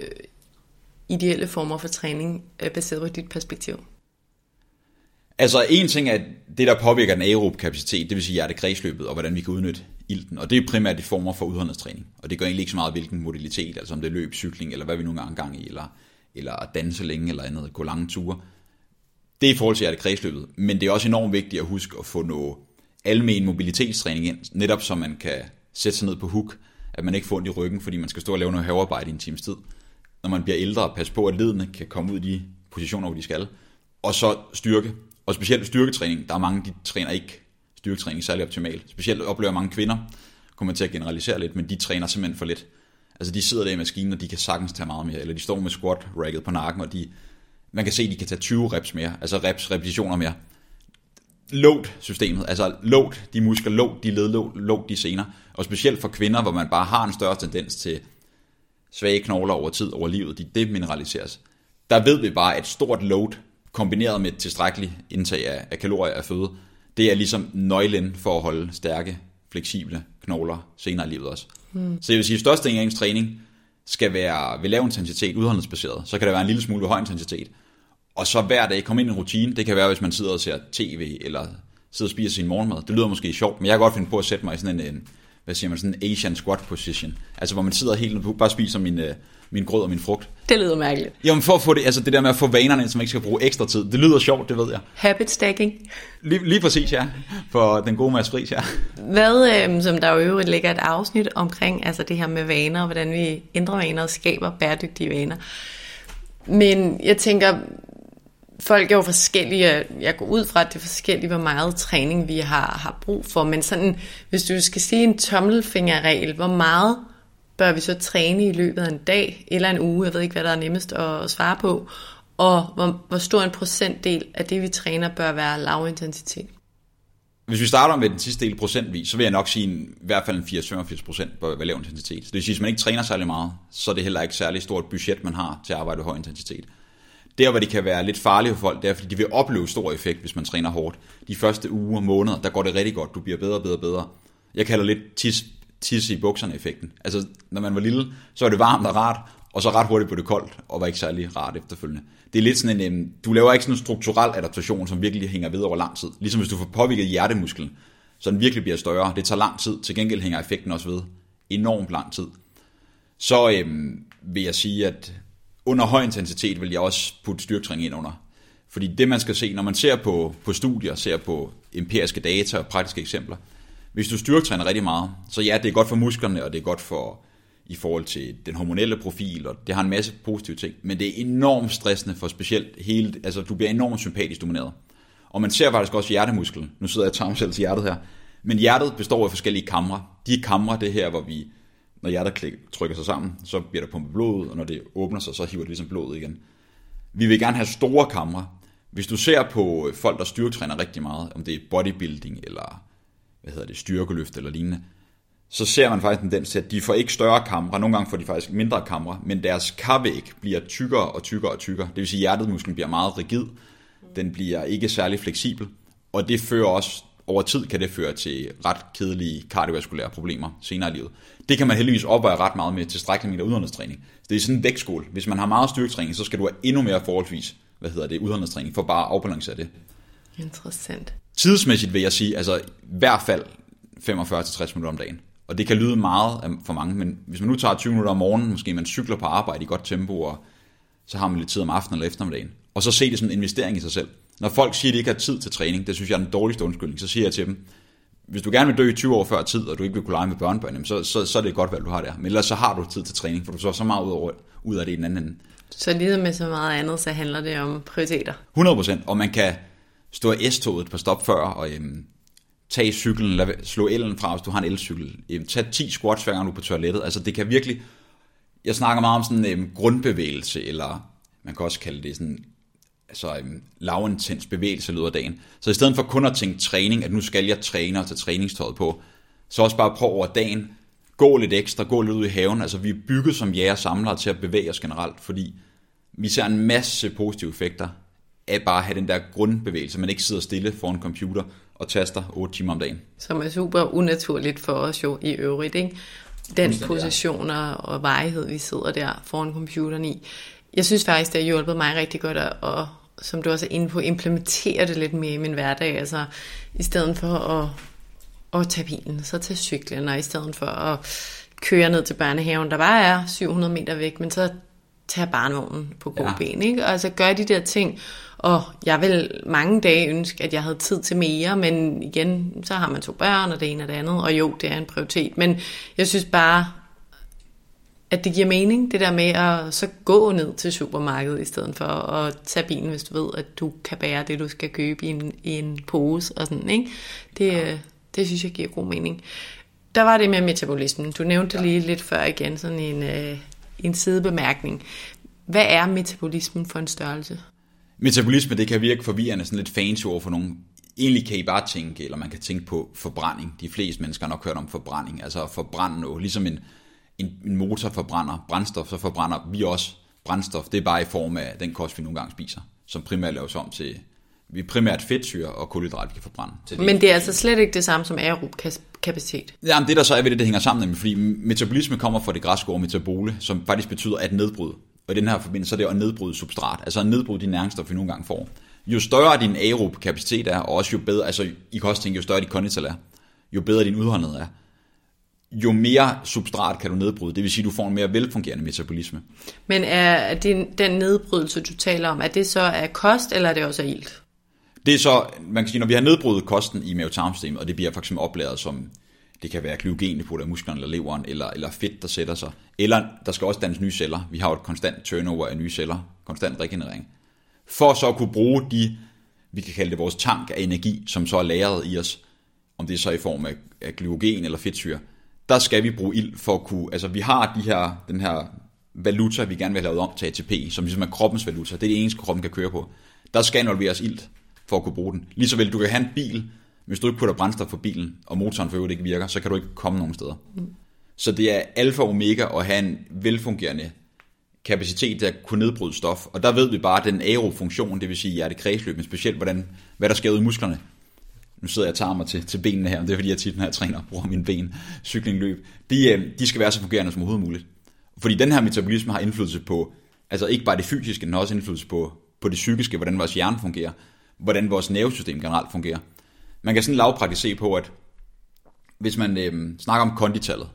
ideelle former for træning, baseret på dit perspektiv? Altså en ting er det, der påvirker den aerobe kapacitet, det vil sige hjertekredsløbet, og hvordan vi kan udnytte ilten. Og det er primært i former for udholdenhedstræning. Og det gør egentlig ikke så meget, hvilken modalitet, altså om det er løb, cykling, eller hvad vi nogle gange er gang i, eller danse længe, eller andet, gå lange ture. Det er i forhold til hjertekredsløbet. Men det er også enormt vigtigt at huske at få noget almen mobilitetstræning ind, netop så man kan sætte sig ned på hook, at man ikke får ondt i ryggen, fordi man skal stå og lave noget havearbejde i en times tid. Når man bliver ældre, passe på, at ledene kan komme ud i de positioner, hvor de skal. Og så styrke. Og specielt styrketræning, der er mange, de træner ikke styrketræning særlig optimalt. Specielt oplever mange kvinder, kommer til at generalisere lidt, men de træner simpelthen for lidt. Altså de sidder der i maskinen, og de kan sagtens tage meget mere, eller de står med squat-racket på nakken, og man kan se, at de kan tage 20 reps mere, altså repetitioner mere. Load-systemet, altså load de muskler, load de led, load de sener, og specielt for kvinder, hvor man bare har en større tendens til svage knogler over tid, over livet, de demineraliseres. Der ved vi bare, at et stort load, kombineret med et tilstrækkeligt indtag af kalorier af føde, det er ligesom nøglen for at holde stærke, fleksible knogler senere i livet også. Så jeg vil sige, at størstedelen af ens træning skal være ved lav intensitet, udholdenhedsbaseret. Så kan der være en lille smule ved høj intensitet. Og så hver dag komme ind i en rutine. Det kan være, hvis man sidder og ser tv, eller sidder og spiser sin morgenmad. Det lyder måske sjovt, men jeg kan godt finde på at sætte mig i sådan en sådan en Asian squat position. Altså hvor man sidder helt og bare spiser min grød og min frugt. Det lyder mærkeligt. Jamen for at få det, altså det der med at få vanerne ind, så man ikke skal bruge ekstra tid. Det lyder sjovt, det ved jeg. Habit stacking. Lige præcis, ja. For den gode Mads Friis, ja. Hvad, som der jo øvrigt ligger et afsnit omkring, altså det her med vaner, og hvordan vi ændrer vaner og skaber bæredygtige vaner. Men jeg tænker, folk er jo forskellige. Jeg går ud fra, at det er forskelligt, hvor meget træning vi har brug for. Men sådan, hvis du skal sige en tommelfingerregel, hvor meget bør vi så træne i løbet af en dag eller en uge? Jeg ved ikke, hvad der er nemmest at svare på. Og hvor stor en procentdel af det, vi træner, bør være lav intensitet? Hvis vi starter med den sidste del procentvis, så vil jeg nok sige, i hvert fald en 80-85% bør være lav intensitet. Så det vil sige, at hvis man ikke træner særlig meget, så er det heller ikke særlig stort budget, man har til at arbejde med høj intensitet. Der, hvor det kan være lidt farligt for folk, det er, fordi de vil opleve stor effekt, hvis man træner hårdt. De første uger og måneder, der går det rigtig godt. Du bliver bedre og bedre og bedre. Jeg kalder lidt tisse i bukserne effekten. Altså, når man var lille, så var det varmt og rart, og så ret hurtigt blev det koldt, og var ikke særlig rart efterfølgende. Det er lidt sådan en, du laver ikke sådan en strukturel adaptation, som virkelig hænger ved over lang tid. Ligesom hvis du får påvirket hjertemusklen, så den virkelig bliver større. Det tager lang tid. Til gengæld hænger effekten også ved enormt lang tid. Så vil jeg sige, at under høj intensitet vil jeg også putte styrketræning ind under. Fordi det man skal se, når man ser på studier, ser på empiriske data og praktiske eksempler, hvis du styrketræner rigtig meget, så ja, det er godt for musklerne, og det er godt for i forhold til den hormonelle profil, og det har en masse positive ting, men det er enormt stressende for specielt du bliver enormt sympatisk domineret. Og man ser faktisk også hjertemusklen. Nu sidder jeg og tager mig selv til hjertet her. Men hjertet består af forskellige kamre. De kamre, det her, hvor vi, når hjertet trykker sig sammen, så bliver der pumpet blod ud, og når det åbner sig, så hiver det ligesom blodet igen. Vi vil gerne have store kamre. Hvis du ser på folk, der styrketræner rigtig meget, om det er bodybuilding, eller styrkeløft eller lignende, så ser man faktisk en tendens til, at de får ikke større kamre. Nogle gange får de faktisk mindre kamre, men deres karvæg bliver tykkere og tykkere og tykkere. Det vil sige, at hjertemusklen bliver meget rigid. Den bliver ikke særlig fleksibel, og det fører også, over tid kan det føre til ret kedelige kardiovaskulære problemer senere i livet. Det kan man heldigvis opveje ret meget med tilstrækkelig mængde udholdenhedstræning. Det er sådan en vægtskål. Hvis man har meget styrketræning, så skal du have endnu mere forholdsvis, udholdenhedstræning, for bare at afbalancere det. Interessant. Tidsmæssigt vil jeg sige, altså i hvert fald 45-60 minutter om dagen. Og det kan lyde meget for mange, men hvis man nu tager 20 minutter om morgenen, måske man cykler på arbejde i godt tempo, og så har man lidt tid om aftenen eller eftermiddagen, og så se det som en investering i sig selv. Når folk siger, at de ikke har tid til træning, det synes jeg er den dårligste undskyldning, så siger jeg til dem, hvis du gerne vil dø 20 år før tid, og du ikke vil kunne lege med børnebørn, så er det godt valg, du har der. Men ellers så har du tid til træning, for du så meget ud af det i den anden ende. Så ligesom med så meget andet, så handler det om prioriteter. 100%, og man kan stå i S-toget et par stop før, og tage cyklen, slå elen fra, hvis du har en elcykel. Tag 10 squats, hver gang du er på toilettet. Altså det kan virkelig, jeg snakker meget om sådan en grundbevægelse, eller man kan også kalde det sådan, lavintens bevægelse i løbet af dagen. Så i stedet for kun at tænke træning, at nu skal jeg træne og tage træningstøjet på, så også bare prøve over dagen, gå lidt ekstra, gå lidt ud i haven. Altså vi er bygget som jæger samlere til at bevæge os generelt, fordi vi ser en masse positive effekter af bare at have den der grundbevægelse, man ikke sidder stille foran en computer og taster 8 timer om dagen. Som er super unaturligt for os jo i øvrigt, ikke? Den position og varighed, vi sidder der foran computeren i. Jeg synes faktisk, det har hjulpet mig rigtig godt at, som du også er inde på, implementere det lidt mere i min hverdag. Altså i stedet for at tage bilen, så tage cyklen, og i stedet for at køre ned til børnehaven, der bare er 700 meter væk, men så tage barnevognen på gode ben, ikke? Og altså gøre de der ting. Og jeg vil mange dage ønske, at jeg havde tid til mere, men igen, så har man 2 børn, og det ene og det andet, og jo, det er en prioritet. Men jeg synes bare, at det giver mening, det der med at så gå ned til supermarkedet, i stedet for at tage bilen, hvis du ved, at du kan bære det, du skal købe i en pose, og sådan, ikke? Det synes jeg giver god mening. Der var det med metabolismen. Du nævnte det lige lidt før igen, sådan en sidebemærkning. Hvad er metabolismen for en størrelse? Metabolisme, det kan virke forvirrende, sådan lidt fancy ord for nogen. Egentlig kan I bare tænke, eller man kan tænke på forbrænding. De fleste mennesker har nok hørt om forbrænding, altså at forbrænde noget. Ligesom en motor forbrænder brændstof, så forbrænder vi også brændstof. Det er bare i form af den kost, vi nogle gange spiser, som primært laves om til, vi primært fedtsyre og kulhydrat, vi kan forbrænde. Men det er altså slet ikke det samme som aerob kapacitet? Jamen det der så er ved det hænger sammen, fordi metabolisme kommer fra det græske ord metabole, som faktisk betyder at nedbryde. Og i den her forbindelse, så er det at nedbryde substrat, altså at nedbryde de næringsstoffer, vi nogle gange får. Jo større din aerob kapacitet er, og også jo bedre, altså I kan også tænke, jo større dit kondital er, jo bedre din udholdenhed er, jo mere substrat kan du nedbryde. Det vil sige, at du får en mere velfungerende metabolisme. Men er den nedbrydelse, du taler om, er det så af kost, eller er det også af ilt? Det er så, man kan sige, når vi har nedbrydet kosten i mavetarmsystemet, og det bliver faktisk oplæret som, det kan være glykogen på musklerne eller leveren, eller fedt, der sætter sig, eller der skal også dannes nye celler. Vi har jo et konstant turnover af nye celler, konstant regenerering. For så at kunne bruge vi kan kalde det vores tank af energi, som så er lagret i os, om det er så i form af glykogen eller fedtsyre, der skal vi bruge ilt for at kunne, altså vi har den her valuta, vi gerne vil have lavet om til ATP, som ligesom er kroppens valuta, det er det eneste, kroppen kan køre på. Der skal involveres ilt for at kunne bruge den. Lige så vel, du kan have en bil, hvis du ikke putter brændstof for bilen, og motoren for øvrigt ikke virker, så kan du ikke komme nogen steder. Så det er alfa og omega at have en velfungerende kapacitet til at kunne nedbryde stof, og der ved vi bare, at den aerob-funktion, det vil sige hjertekredsløb, men specielt hvad der sker ud i musklerne. Nu sidder jeg og tager mig til benene her, det er fordi jeg tit, når jeg træner, bruger mine ben, cykling, løb. De skal være så fungerende som overhovedet muligt. Fordi den her metabolisme har indflydelse på, altså ikke bare det fysiske, men også indflydelse på det psykiske, hvordan vores hjerne fungerer, hvordan vores nervesystem generelt fungerer. Man kan sådan lavpraktisk se på, at hvis man snakker om konditallet,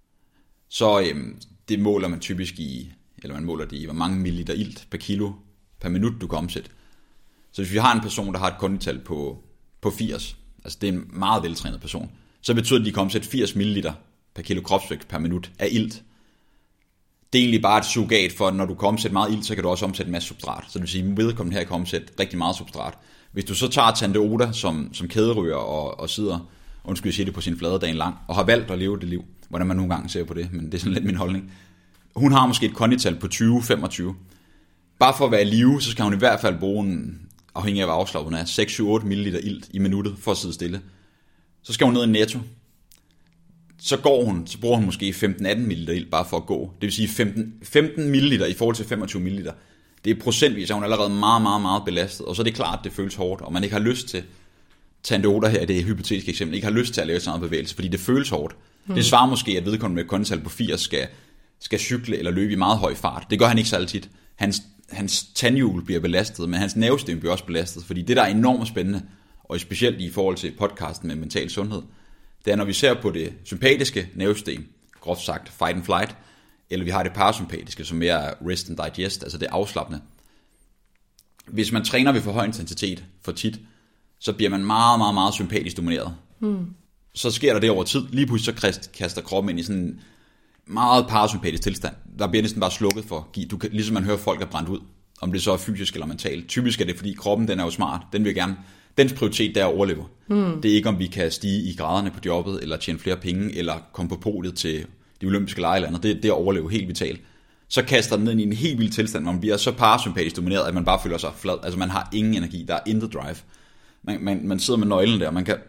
så det måler man typisk man måler det i, hvor mange milliliter ilt per kilo per minut, du kan omsætte. Så hvis vi har en person, der har et kondital på 80, altså det er en meget veltrænet person, så betyder det, at de kan omsætte 80 ml per kilo kropsvægt per minut af ilt. Det er egentlig bare et surrogat for, at når du kan omsætte meget ilt, så kan du også omsætte en masse substrat. Så det vil sige, at vedkommende her kan omsætte rigtig meget substrat. Hvis du så tager Tante Oda som kæderyger og sidder, undskyld jeg siger det, på sin flade dagen lang, og har valgt at leve det liv, hvordan man nogle gange ser på det, men det er sådan lidt min holdning. Hun har måske et kondital på 20-25. Bare for at være i live, så skal hun i hvert fald bruge afhængig af hvad afslaget hun er, 6-7-8 ml ilt i minuttet for at sidde stille. Så skal hun ned i Netto. Så bruger hun måske 15-18 ml ilt bare for at gå. Det vil sige 15 ml i forhold til 25 ml. Det er procentvis, at hun er allerede meget, meget, meget belastet. Og så er det klart, at det føles hårdt, og man ikke har lyst til, Tante Oda her, det er hypotetiske eksempel, ikke har lyst til at lave sådan noget bevægelse, fordi det føles hårdt. Det svarer måske, at vedkommende med kondital på 80 skal cykle eller løbe i meget høj fart. Det gør han ikke så altid. Hans tandhjul bliver belastet, men hans nervesystem bliver også belastet, fordi det, der er enormt spændende, og specielt i forhold til podcasten med mental sundhed, det er, når vi ser på det sympatiske nervesystem, groft sagt fight and flight, eller vi har det parasympatiske, som mere er rest and digest, altså det afslappende. Hvis man træner ved for høj intensitet for tit, så bliver man meget, meget, meget sympatisk domineret. Så sker der det over tid. Lige pludselig så kaster kroppen ind i sådan en meget parasympatisk tilstand. Der bliver næsten bare slukket for. Ligesom man hører folk er brændt ud, om det så er fysisk eller mentalt. Typisk er det, fordi kroppen den er jo smart. Den vil gerne, dens prioritet der er at overleve. Det er ikke, om vi kan stige i graderne på jobbet, eller tjene flere penge, eller komme på podiet til de olympiske lege eller andet. Det er at overleve helt vitalt. Så kaster den ned i en helt vild tilstand, hvor man bliver så parasympatisk domineret, at man bare føler sig flad. Altså man har ingen energi, der er intet drive. Man sidder med nøglen der, man kan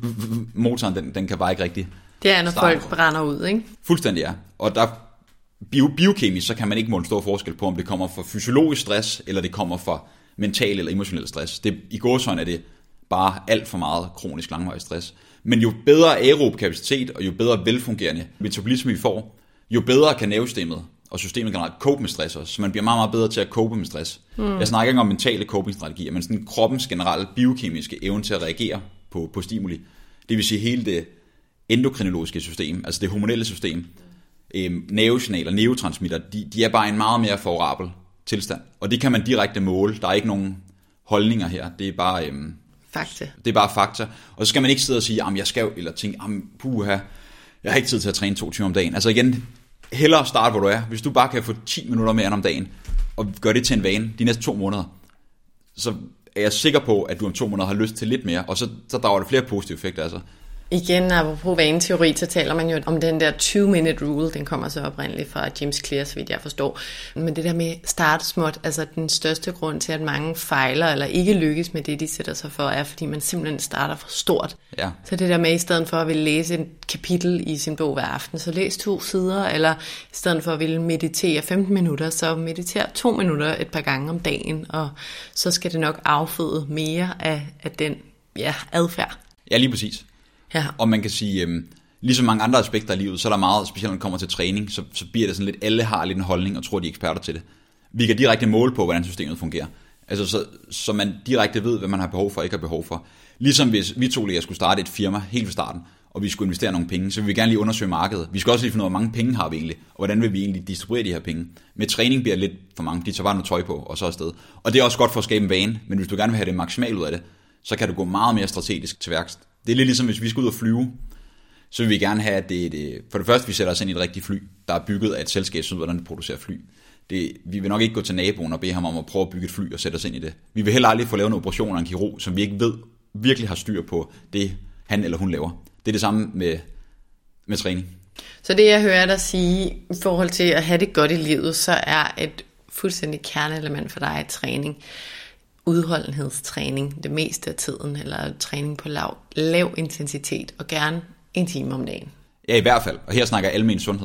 motoren den kan bare ikke rigtig. Det er når folk brænder ud, ikke? Fuldstændig ja. Og der biokemisk så kan man ikke måle en stor forskel på om det kommer fra fysiologisk stress eller det kommer fra mental eller emotionel stress. Det i gåseøjne er det bare alt for meget kronisk langvarig stress. Men jo bedre aerob kapacitet og jo bedre velfungerende metabolisme vi får, jo bedre kan nervesystemet og systemet generelt cope med stress også. Så man bliver meget, meget bedre til at cope med stress. Jeg snakker ikke om mentale coping-strategier, men sådan kroppens generelle biokemiske evne til at reagere på stimuli. Det vil sige hele det endokrinologiske system, altså det hormonelle system, nervesignaler, neurotransmitter, de er bare en meget mere favorabel tilstand. Og det kan man direkte måle. Der er ikke nogen holdninger her. Det er bare fakta. Det er bare fakta. Og så skal man ikke sidde og sige, jeg skal, eller tænke, puha, jeg har ikke tid til at træne 2 timer om dagen. Altså igen, hellere start, hvor du er. Hvis du bare kan få 10 minutter mere om dagen, og gøre det til en vane de næste 2 måneder, så er jeg sikker på, at du om 2 måneder har lyst til lidt mere, og så drager det flere positive effekter. Altså. Igen, apropos vaneteori, så taler man jo om den der 2-minute rule, den kommer så oprindeligt fra James Clear, så vidt jeg forstår. Men det der med start småt, altså den største grund til, at mange fejler eller ikke lykkes med det, de sætter sig for, er, fordi man simpelthen starter for stort. Ja. Så det der med, i stedet for at ville læse et kapitel i sin bog hver aften, så læs 2 sider, eller i stedet for at ville meditere 15 minutter, så mediter 2 minutter et par gange om dagen, og så skal det nok afføde mere af den adfærd. Ja, lige præcis. Ja. Og man kan sige, ligesom mange andre aspekter af livet, så er der meget, specielt når det kommer til træning, så bliver det sådan lidt, alle har lidt en holdning og tror, de er eksperter til det. Vi kan direkte måle på, hvordan systemet fungerer. Altså så man direkte ved, hvad man har behov for og ikke har behov for. Ligesom hvis vi to lige skulle starte et firma helt fra starten, og vi skulle investere nogle penge, så vil vi gerne lige undersøge markedet. Vi skal også lige finde ud af, hvor mange penge har vi egentlig, og hvordan vil vi egentlig distribuere de her penge. Med træning bliver lidt for mange, de tager bare noget tøj på, og så afsted. Og det er også godt for at skabe en vane, men hvis du gerne vil have det maksimalt ud af det, så kan du gå meget mere strategisk til værks. Det er lidt ligesom, hvis vi skal ud og flyve, så vil vi gerne have, at det for det første, vi sætter os ind i et rigtigt fly, der er bygget af et selskab, som hvordan det producerer fly. Vi vil nok ikke gå til naboen og bede ham om at prøve at bygge et fly og sætte os ind i det. Vi vil heller aldrig få lavet en operation af en kirurg, som vi ikke ved virkelig har styr på det, han eller hun laver. Det er det samme med træning. Så det, jeg hører dig sige i forhold til at have det godt i livet, så er et fuldstændig kerneelement for dig træning. Udholdenhedstræning det meste af tiden, eller træning på lav intensitet, og gerne 1 time om dagen. Ja, i hvert fald. Og her snakker jeg almen sundhed.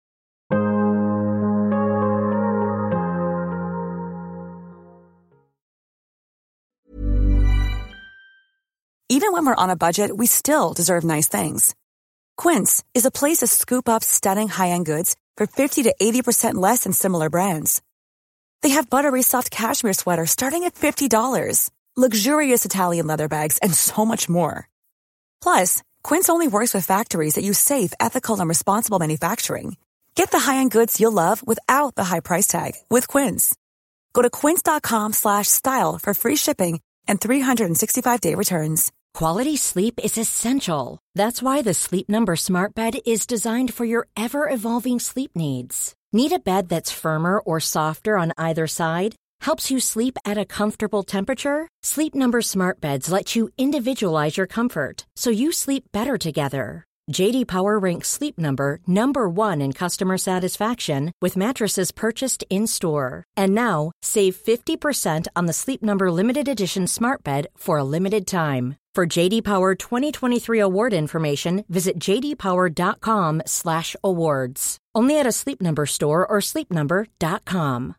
Even when we're on a budget, we still deserve nice things. Quince is a place to scoop up stunning high-end goods for 50 to 80% less than similar brands. They have buttery soft cashmere sweaters starting at $50, luxurious Italian leather bags, and so much more. Plus, Quince only works with factories that use safe, ethical, and responsible manufacturing. Get the high-end goods you'll love without the high price tag with Quince. Go to quince.com/style for free shipping and 365-day returns. Quality sleep is essential. That's why the Sleep Number Smart Bed is designed for your ever-evolving sleep needs. Need a bed that's firmer or softer on either side? helps you sleep at a comfortable temperature. Sleep Number Smart Beds let you individualize your comfort, so you sleep better together. J.D. Power ranks Sleep Number number 1 in customer satisfaction with mattresses purchased in-store. And now, save 50% on the Sleep Number Limited Edition Smart Bed for a limited time. For J.D. Power 2023 award information, visit jdpower.com/awards. Only at a Sleep Number store or sleepnumber.com.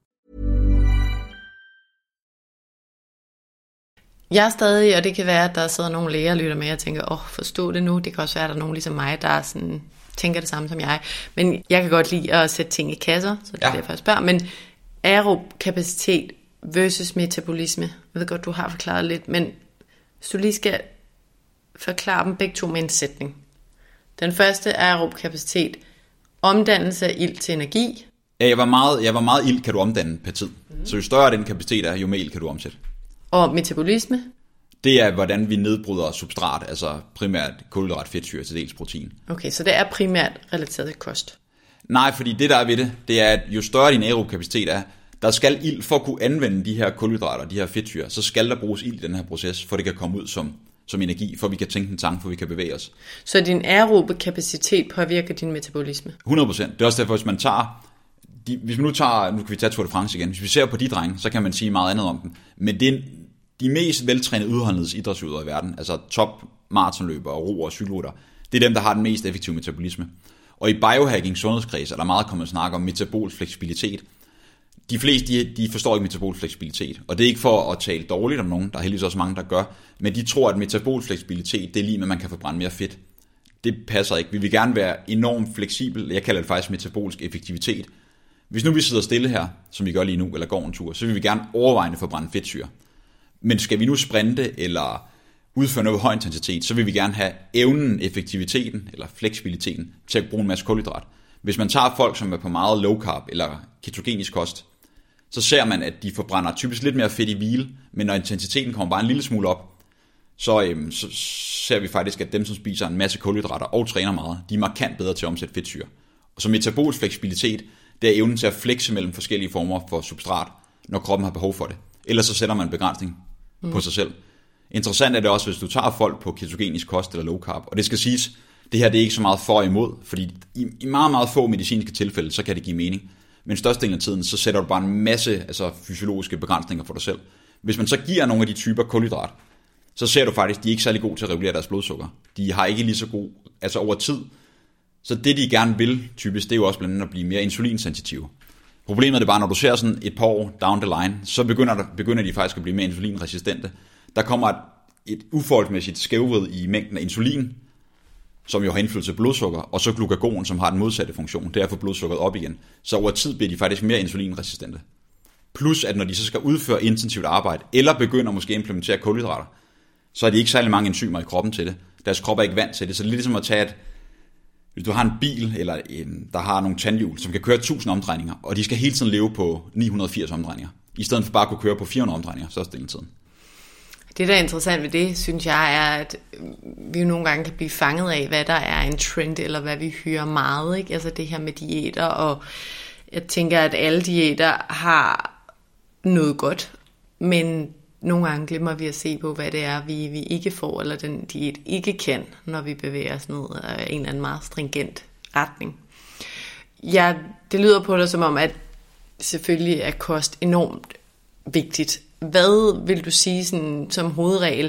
Jeg er stadig, og det kan være, at der sidder nogle læger og lytter med og tænker, forstå det nu. Det kan også være, at der er nogen ligesom mig, der sådan, tænker det samme som jeg. Men jeg kan godt lide at sætte ting i kasser, så det er derfor, jeg spørger. Men aerob kapacitet versus metabolisme. Jeg ved godt, du har forklaret lidt, men hvis du lige skal forklare dem begge to med en sætning. Den første er aerob kapacitet. Omdannelse af ilt til energi. Ja, jeg var meget ilt kan du omdanne per tid. Så jo større den kapacitet er, jo mere ilt kan du omsætte. Og metabolisme? Det er, hvordan vi nedbryder substrat, altså primært kulhydrat, fedtsyre til dels protein. Okay, så det er primært relateret til kost? Nej, fordi det der er ved det er, at jo større din aerob kapacitet er, der skal ilt for at kunne anvende de her kulhydrater, de her fedtsyre, så skal der bruges ilt i den her proces, for det kan komme ud som energi, for vi kan tænke en tanke, for vi kan bevæge os. Så din aerobe kapacitet påvirker din metabolisme? 100%. Det er også derfor, hvis man tager... nu kan vi tage Tour de France igen. Hvis vi ser på de drenge, så kan man sige meget andet om dem. Men det er de mest veltrænede udholdenhedsidrætsudøvere i verden, altså top maratonløbere, roer og cykelrytter, det er dem, der har den mest effektive metabolisme. Og i biohacking sundhedskreds er der meget kommet at snakke om metabol fleksibilitet. De fleste, de forstår ikke metabol fleksibilitet, og det er ikke for at tale dårligt om nogen, der er heldigvis også mange, der gør, men de tror, at metabol fleksibilitet, det er lige med, at man kan forbrænde mere fedt. Det passer ikke. Vi vil gerne være enormt fleksibel. Jeg kalder det faktisk metabolisk effektivitet. Hvis nu vi sidder stille her, som vi gør lige nu, eller går en tur, så vil vi gerne overvejende forbrænde fedtsyre. Men skal vi nu sprinte eller udføre noget høj intensitet, så vil vi gerne have evnen, effektiviteten eller fleksibiliteten til at bruge en masse kulhydrat. Hvis man tager folk, som er på meget low carb eller ketogenisk kost, så ser man, at de forbrænder typisk lidt mere fedt i hvile, men når intensiteten kommer bare en lille smule op, så ser vi faktisk, at dem, som spiser en masse kulhydrater og træner meget, de er markant bedre til at omsætte fedtsyre. Og så metabolisk fleksibilitet, det er evnen til at flekse mellem forskellige former for substrat, når kroppen har behov for det. Ellers så sætter man en begrænsning på sig selv. Interessant er det også, hvis du tager folk på ketogenisk kost eller low carb, og det skal siges, det her det er ikke så meget for og imod, fordi i meget, meget få medicinske tilfælde, så kan det give mening. Men størstedelen af tiden, så sætter du bare en masse fysiologiske begrænsninger for dig selv. Hvis man så giver nogle af de typer kulhydrat, så ser du faktisk, at de er ikke særlig gode til at regulere deres blodsukker. De har ikke lige så god, over tid. Så det de gerne vil, typisk, det er jo også blandt andet at blive mere insulinsensitive. Problemet er det bare, når du ser sådan et par år down the line, så begynder de faktisk at blive mere insulinresistente. Der kommer et uforholdsmæssigt skævvrid i mængden af insulin, som jo har indflydelse på blodsukker, og så glucagon, som har den modsatte funktion, det er at få blodsukkeret op igen. Så over tid bliver de faktisk mere insulinresistente. Plus at når de så skal udføre intensivt arbejde, eller begynder måske at implementere kulhydrater, så er de ikke særlig mange enzymer i kroppen til det. Deres krop er ikke vant til det, så det er lidt ligesom at tage hvis du har en bil, eller der har nogle tandhjul, som kan køre 1000 omdrejninger, og de skal hele tiden leve på 980 omdrejninger, i stedet for bare at kunne køre på 400 omdrejninger, så er det tiden. Det, der er interessant ved det, synes jeg, er, at vi jo nogle gange kan blive fanget af, hvad der er en trend, eller hvad vi hører meget, ikke? Altså det her med diæter, og jeg tænker, at alle diæter har noget godt, men nogle gange glemmer vi at se på, hvad det er, vi ikke får, eller den diæt ikke kan, når vi bevæger os ned af en eller anden meget stringent retning. Ja, det lyder på dig som om, at selvfølgelig er kost enormt vigtigt. Hvad vil du sige sådan, som hovedregel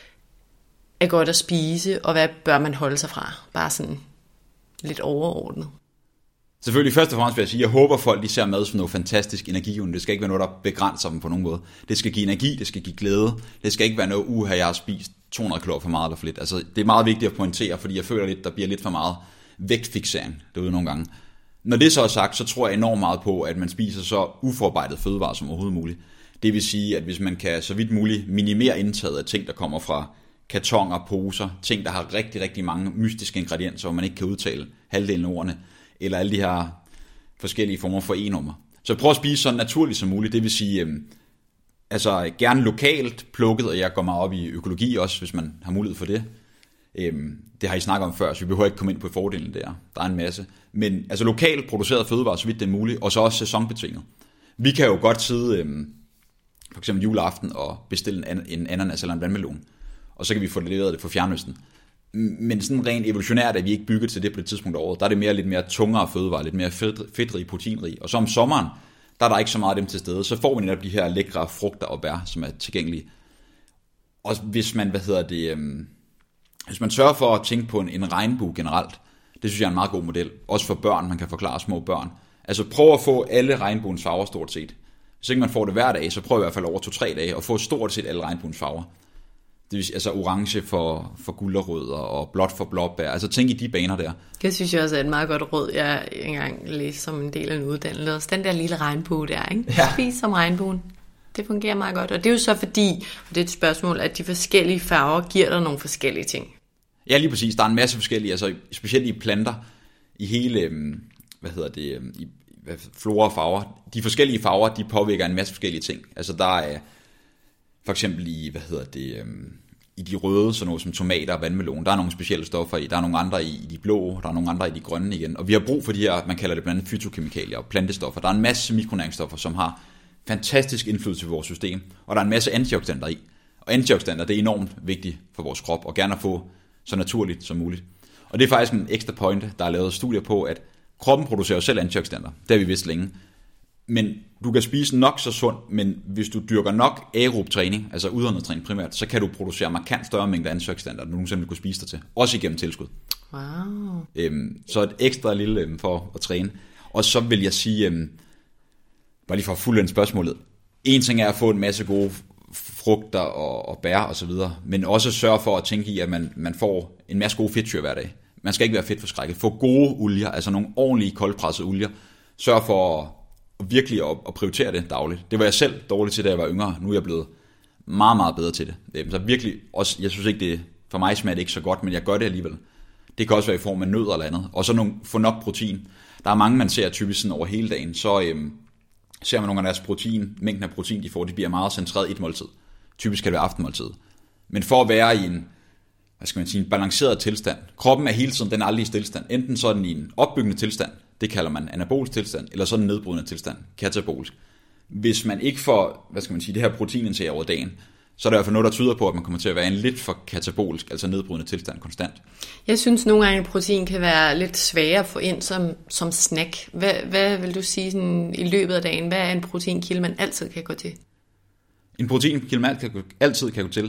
er godt at spise, og hvad bør man holde sig fra? Bare sådan lidt overordnet. Selvfølgelig først og fremmest vil jeg sige, at jeg håber folk de ser mad som noget fantastisk energigivende. Det skal ikke være noget, der begrænser dem på nogen måde. Det skal give energi, det skal give glæde. Det skal ikke være noget, jeg har spist 200 kalorier for meget eller for lidt. Altså, det er meget vigtigt at pointere, fordi jeg føler lidt, der bliver lidt for meget vægtfiksering derude nogle gange. Når det så er sagt, så tror jeg enormt meget på, at man spiser så uforarbejdet fødevarer som overhovedet muligt. Det vil sige, at hvis man kan så vidt muligt minimere indtaget af ting, der kommer fra kartoner, poser, ting, der har rigtig, rigtig mange mystiske ingredienser, hvor man ikke kan udtale halvdelen af ordene, eller alle de her forskellige former for e-nummer. Så prøv at spise så naturligt som muligt, det vil sige, gerne lokalt plukket, og jeg går meget op i økologi også, hvis man har mulighed for det. Det har I snakket om før, så vi behøver ikke komme ind på fordelen der. Der er en masse. Men lokalt produceret fødevarer, så vidt det er muligt, og så også sæsonbetinget. Vi kan jo godt sidde for eksempel juleaften og bestille en ananas eller en vandmelon, og så kan vi få leveret det fra Fjernøsten. Men sådan rent evolutionært er vi ikke bygget til det på det tidspunkt af året. Der er det lidt mere tungere fødevarer, lidt mere fedtrig, proteinrig. Og så om sommeren, der er der ikke så meget af dem til stede. Så får man netop de her lækre frugter og bær, som er tilgængelige. Og hvis man, hvis man sørger for at tænke på en regnbue generelt, det synes jeg er en meget god model. Også for børn, man kan forklare små børn. Altså prøv at få alle regnbuens farver stort set. Hvis ikke man får det hver dag, så prøv i hvert fald over 2-3 dage at få stort set alle regnbuens farver. Det vil sige, altså orange for gulerødder og blåt for blåbær. Altså tænk i de baner der. Det synes jeg også er et meget godt råd, jeg engang læste som en del af en uddannelse. Også den der lille regnbue der, ikke? Ja. Spis som regnbuen. Det fungerer meget godt. Og det er jo så fordi, og det er et spørgsmål, at de forskellige farver giver dig nogle forskellige ting. Ja, lige præcis. Der er en masse forskellige, altså specielt i planter, i hele, i flora og farver. De forskellige farver, de påvirker en masse forskellige ting. Altså der er for eksempel i, i de røde, sådan noget som tomater og vandmelon, der er nogle specielle stoffer i, der er nogle andre i de blå, der er nogle andre i de grønne igen. Og vi har brug for de her, man kalder det blandt andet fytokemikalier og plantestoffer. Der er en masse mikronæringsstoffer, som har fantastisk indflydelse på vores system, og der er en masse antioxidanter i. Og antioxidanter, det er enormt vigtigt for vores krop, og gerne at få så naturligt som muligt. Og det er faktisk en ekstra pointe, der er lavet studier på, at kroppen producerer selv antioxidanter. Det har vi vidst længe. Men du kan spise nok så sundt, men hvis du dyrker nok aerob træning, altså udåndet træning primært, så kan du producere markant større mængder antioxidanter, end du nogensinde vil kunne spise dig til. Også igennem tilskud. Wow. Så et ekstra lille for at træne. Og så vil jeg sige, bare lige for at fuldende spørgsmålet. En ting er at få en masse gode frugter og bær og så videre, men også sørge for at tænke i, at man får en masse gode fedtsyrer hver dag. Man skal ikke være fedtforskrækket. Få gode olier, altså nogle ordentlige koldpressede olier. Sørg for virkelig at prioritere det dagligt. Det var jeg selv dårlig til, da jeg var yngre. Nu er jeg blevet meget, meget bedre til det. Så virkelig også, jeg synes ikke, det for mig smager det ikke så godt, men jeg gør det alligevel. Det kan også være i form af nødder eller andet. Og så få nok protein. Der er mange, man ser typisk sådan over hele dagen. Så ser man nogle af deres mængden af protein, de får, de bliver meget centreret i et måltid. Typisk kan det være aftenmåltid. Men for at være i en, en balanceret tilstand. Kroppen er hele tiden, den er aldrig i stillestand. Enten så er den i en opbyggende tilstand, det kalder man anabolisk tilstand, eller så en nedbrydende tilstand, katabolisk. Hvis man ikke får, det her proteinindtag over dagen, så er der i hvert fald noget, der tyder på, at man kommer til at være en lidt for katabolisk, altså nedbrydende tilstand konstant. Jeg synes nogle gange, at protein kan være lidt sværere at få ind som snack. Hvad vil du sige sådan, i løbet af dagen? Hvad er en proteinkilde, man altid kan gå til? En proteinkilde, man altid kan gå til?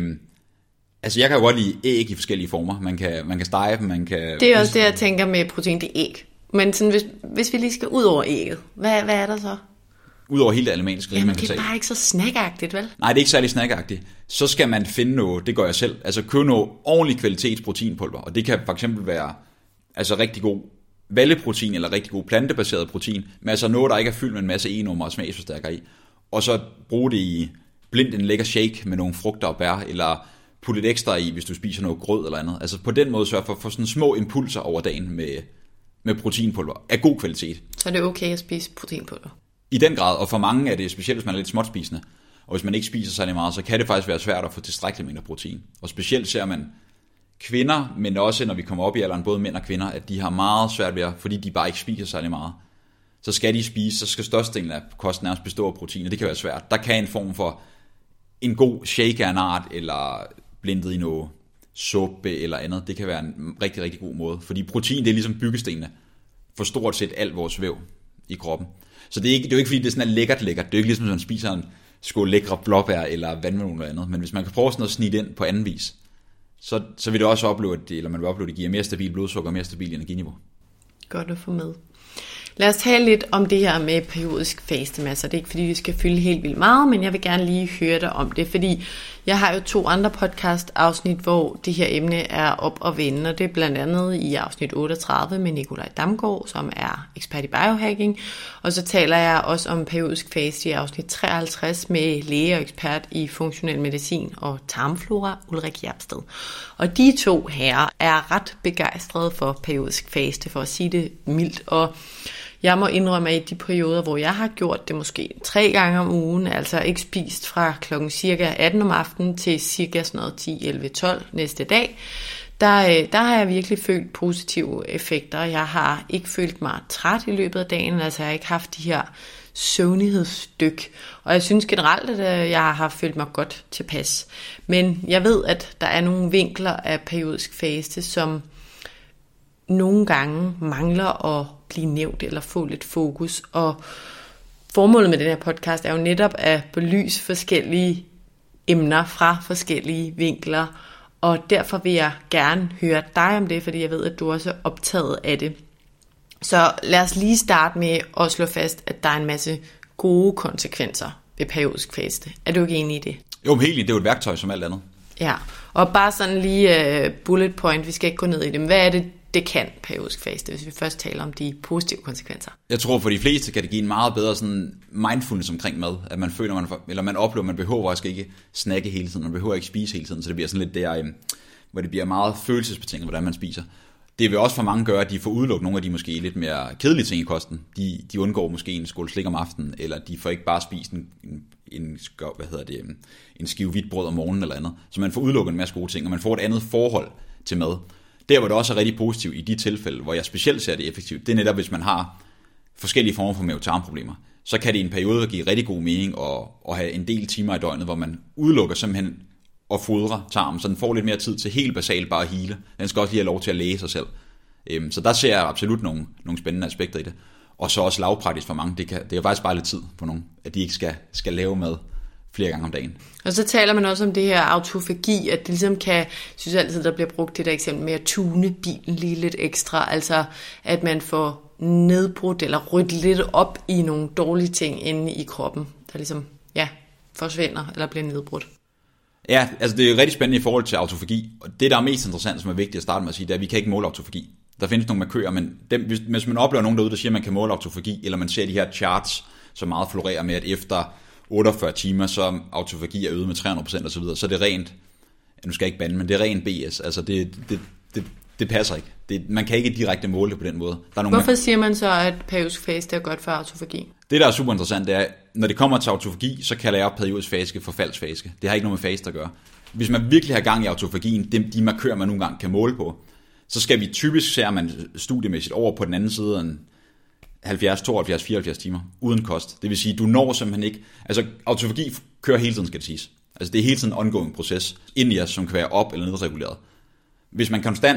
Altså jeg kan jo godt lide æg i forskellige former. Man kan stege dem, man kan... Det er også det, jeg tænker med protein, det er æg. Men sådan, hvis vi lige skal ud over ægget, hvad er der så? Udover hele det animalske, man kan det er bare ikke så snackagtigt, vel? Nej, det er ikke særlig snackagtigt. Så skal man finde noget, det gør jeg selv, altså købe noget ordentlig kvalitets proteinpulver, og det kan for eksempel være altså rigtig god valleprotein eller rigtig god plantebaseret protein, men altså noget, der ikke er fyldt med en masse E-nummer og smagsforstærkere i, og så bruge det i blindt en lækker shake med nogle frugter og bær, eller putte lidt ekstra i, hvis du spiser noget grød eller andet. Altså på den måde sørge for at få sådan små impulser over dagen med proteinpulver af god kvalitet. Så er det okay at spise proteinpulver? I den grad, og for mange er det specielt, hvis man er lidt småtspisende, og hvis man ikke spiser særlig meget, så kan det faktisk være svært at få tilstrækkelig mængder protein. Og specielt ser man kvinder, men også når vi kommer op i alderen, både mænd og kvinder, at de har meget svært ved, fordi de bare ikke spiser særlig meget. Så skal de spise, så skal størstedelen af kosten nærmest bestå af protein, og det kan være svært. Der kan en form for en god shake af en art, eller blindet i noget suppe eller andet, det kan være en rigtig, rigtig god måde. Fordi protein, det er ligesom byggestenene for stort set alt vores væv i kroppen. Så det er jo ikke fordi, det er sådan lækkert. Det er jo ikke ligesom, at man spiser en skål lækre blåbær eller vandmelon eller andet. Men hvis man kan prøve sådan at snige ind på anden vis, så vil det også opleve, at det giver mere stabil blodsukker og mere stabil energiniveau. Godt at få med. Lad os tale lidt om det her med periodisk fastemasser. Det er ikke fordi, vi skal fylde helt vildt meget, men jeg vil gerne lige høre dig om det, fordi jeg har jo 2 andre podcast-afsnit, hvor det her emne er op og vende, og det er blandt andet i afsnit 38 med Nikolaj Damgaard, som er ekspert i biohacking, og så taler jeg også om periodisk faste i afsnit 53 med læge og ekspert i funktionel medicin og tarmflora, Ulrik Jabsted. Og de 2 herrer er ret begejstrede for periodisk faste, for at sige det mildt, og jeg må indrømme, at i de perioder, hvor jeg har gjort det måske 3 gange om ugen, altså ikke spist fra klokken cirka 18 om aftenen til cirka sådan noget 10, 11, 12 næste dag, der har jeg virkelig følt positive effekter. Jeg har ikke følt mig træt i løbet af dagen, altså jeg har ikke haft de her søvnighedsdyk. Og jeg synes generelt, at jeg har følt mig godt tilpas. Men jeg ved, at der er nogle vinkler af periodisk faste, som nogle gange mangler at blive nævnt eller få lidt fokus. Og formålet med den her podcast er jo netop at belyse forskellige emner fra forskellige vinkler. Og derfor vil jeg gerne høre dig om det, fordi jeg ved, at du også er optaget af det. Så lad os lige starte med at slå fast, at der er en masse gode konsekvenser ved periodisk faste. Er du ikke enig i det? Jo, helt enig. Det er jo et værktøj som alt andet. Ja, og bare sådan lige bullet point, vi skal ikke gå ned i det. Men hvad er det kan periodisk faste, hvis vi først taler om de positive konsekvenser? Jeg tror for de fleste kan det give en meget bedre sådan mindfulness omkring mad, at man føler, man oplever, at man behøver også ikke snakke hele tiden, man behøver ikke spise hele tiden, så det bliver sådan lidt der, hvor det bliver meget følelsesbetinget, hvordan man spiser. Det vil også for mange gøre, at de får udelukket nogle af de måske lidt mere kedelige ting i kosten. De undgår måske en skål slik om aftenen, eller de får ikke bare spist en skive hvidt brød om morgenen eller andet. Så man får udelukket en masse gode ting, og man får et andet forhold til mad. Der, hvor det også er rigtig positivt i de tilfælde, hvor jeg specielt ser det effektivt, det er netop, hvis man har forskellige former for mavetarmproblemer. Så kan det i en periode give rigtig god mening at have en del timer i døgnet, hvor man udelukker simpelthen at fodre tarmen, så den får lidt mere tid til helt basalt bare at hele. Den skal også lige have lov til at læge sig selv. Så der ser jeg absolut nogle spændende aspekter i det. Og så også lavpraktisk for mange. Det er faktisk bare lidt tid for nogen, at de ikke skal lave mad flere gange om dagen. Og så taler man også om det her autofagi, at det ligesom kan, synes altid, der bliver brugt det der eksempel med at tune bilen lige lidt ekstra, altså at man får nedbrudt eller ryddet lidt op i nogle dårlige ting inde i kroppen, der ligesom, forsvinder eller bliver nedbrudt. Ja, altså det er rigtig spændende i forhold til autofagi, og det der er mest interessant, som er vigtigt at starte med at sige, det er, at vi kan ikke måle autofagi. Der findes nogle markører, men hvis man oplever nogen derude, der siger, at man kan måle autofagi, eller man ser de her charts, som meget florerer med, at efter 48 timer, så autofagi er øget med 300% osv., så er det rent, nu skal jeg ikke bande, men det er rent BS, altså det passer ikke. Man kan ikke direkte måle det på den måde. Hvorfor siger man så, at periodisk faste er godt for autofagi? Det, der er super interessant, det er, når det kommer til autofagi, så kalder jeg periodisk faste for falsk faste. Det har ikke noget med faste at gøre. Hvis man virkelig har gang i autofagien, de markører, man nogle gange kan måle på, så skal vi typisk, ser man studiemæssigt, over på den anden side af 70, 72, 74 timer, uden kost. Det vil sige, du når simpelthen ikke. Altså, autofagi kører hele tiden, skal det siges. Altså, det er hele tiden en ongoing proces ind i os, som kan være op- eller nedreguleret. Hvis man konstant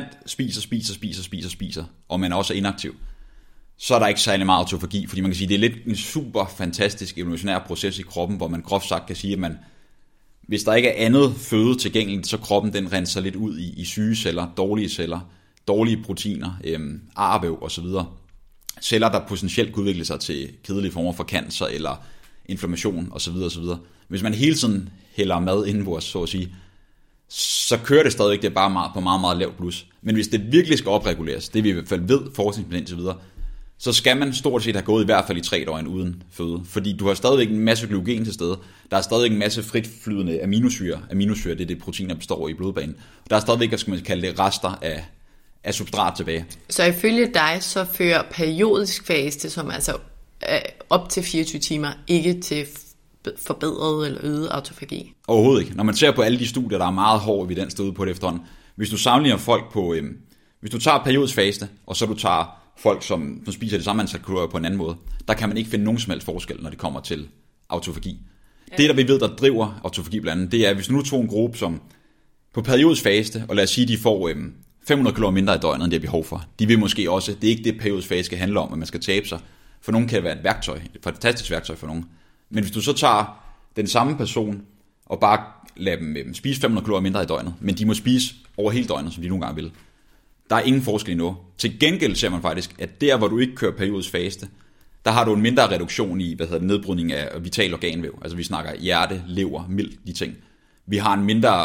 spiser, og man også er inaktiv, så er der ikke særlig meget autofagi, fordi man kan sige, det er lidt en super fantastisk evolutionær proces i kroppen, hvor man groft sagt kan sige, at hvis der ikke er andet føde tilgængeligt, så kroppen den renser lidt ud i syge celler, dårlige proteiner, arvæv osv. Celler, der potentielt kan udvikle sig til kedelige former for cancer eller inflammation osv. Hvis man hele tiden hælder mad indenbords, så at sige, så kører det stadigvæk, det er bare på meget, meget lavt plus. Men hvis det virkelig skal opreguleres, det vi i hvert fald ved forskningsmæssigt indtil videre, så skal man stort set have gået i hvert fald i 3 døgn uden føde. Fordi du har stadigvæk en masse glykogen til stede. Der er stadigvæk en masse fritflydende aminosyre. Aminosyre, det er det protein, der består i blodbanen. Og der er stadigvæk, hvad skal man kalde det, rester af substrat tilbage. Så ifølge dig, så fører periodisk faste, som altså op til 24 timer, ikke til forbedret eller øget autofagi? Overhovedet ikke. Når man ser på alle de studier, der er meget hård evidens derude på det efterhånden. Hvis du sammenligner folk på, hvis du tager periodisk faste, og så du tager folk, som spiser det samme antal kalorier på en anden måde, der kan man ikke finde nogen som helst forskel, når det kommer til autofagi. Ja. Det, der vi ved, der driver autofagi blandt andet, det er, hvis du nu tog en gruppe, som på periodisk faste, og lad os sige, de får 500 kalorier mindre i døgnet, end det er behov for. De vil måske også, det er ikke det periodisk faste skal handle om, at man skal tabe sig. For nogen kan det være et værktøj, et fantastisk værktøj for nogen. Men hvis du så tager den samme person, og bare lader dem spise 500 kalorier mindre i døgnet, men de må spise over hele døgnet, som de nogle gange vil. Der er ingen forskel endnu. Til gengæld ser man faktisk, at der, hvor du ikke kører periodisk faste, der har du en mindre reduktion i, nedbrydning af vital organvæv. Altså vi snakker hjerte, lever, mild, de ting. Vi har en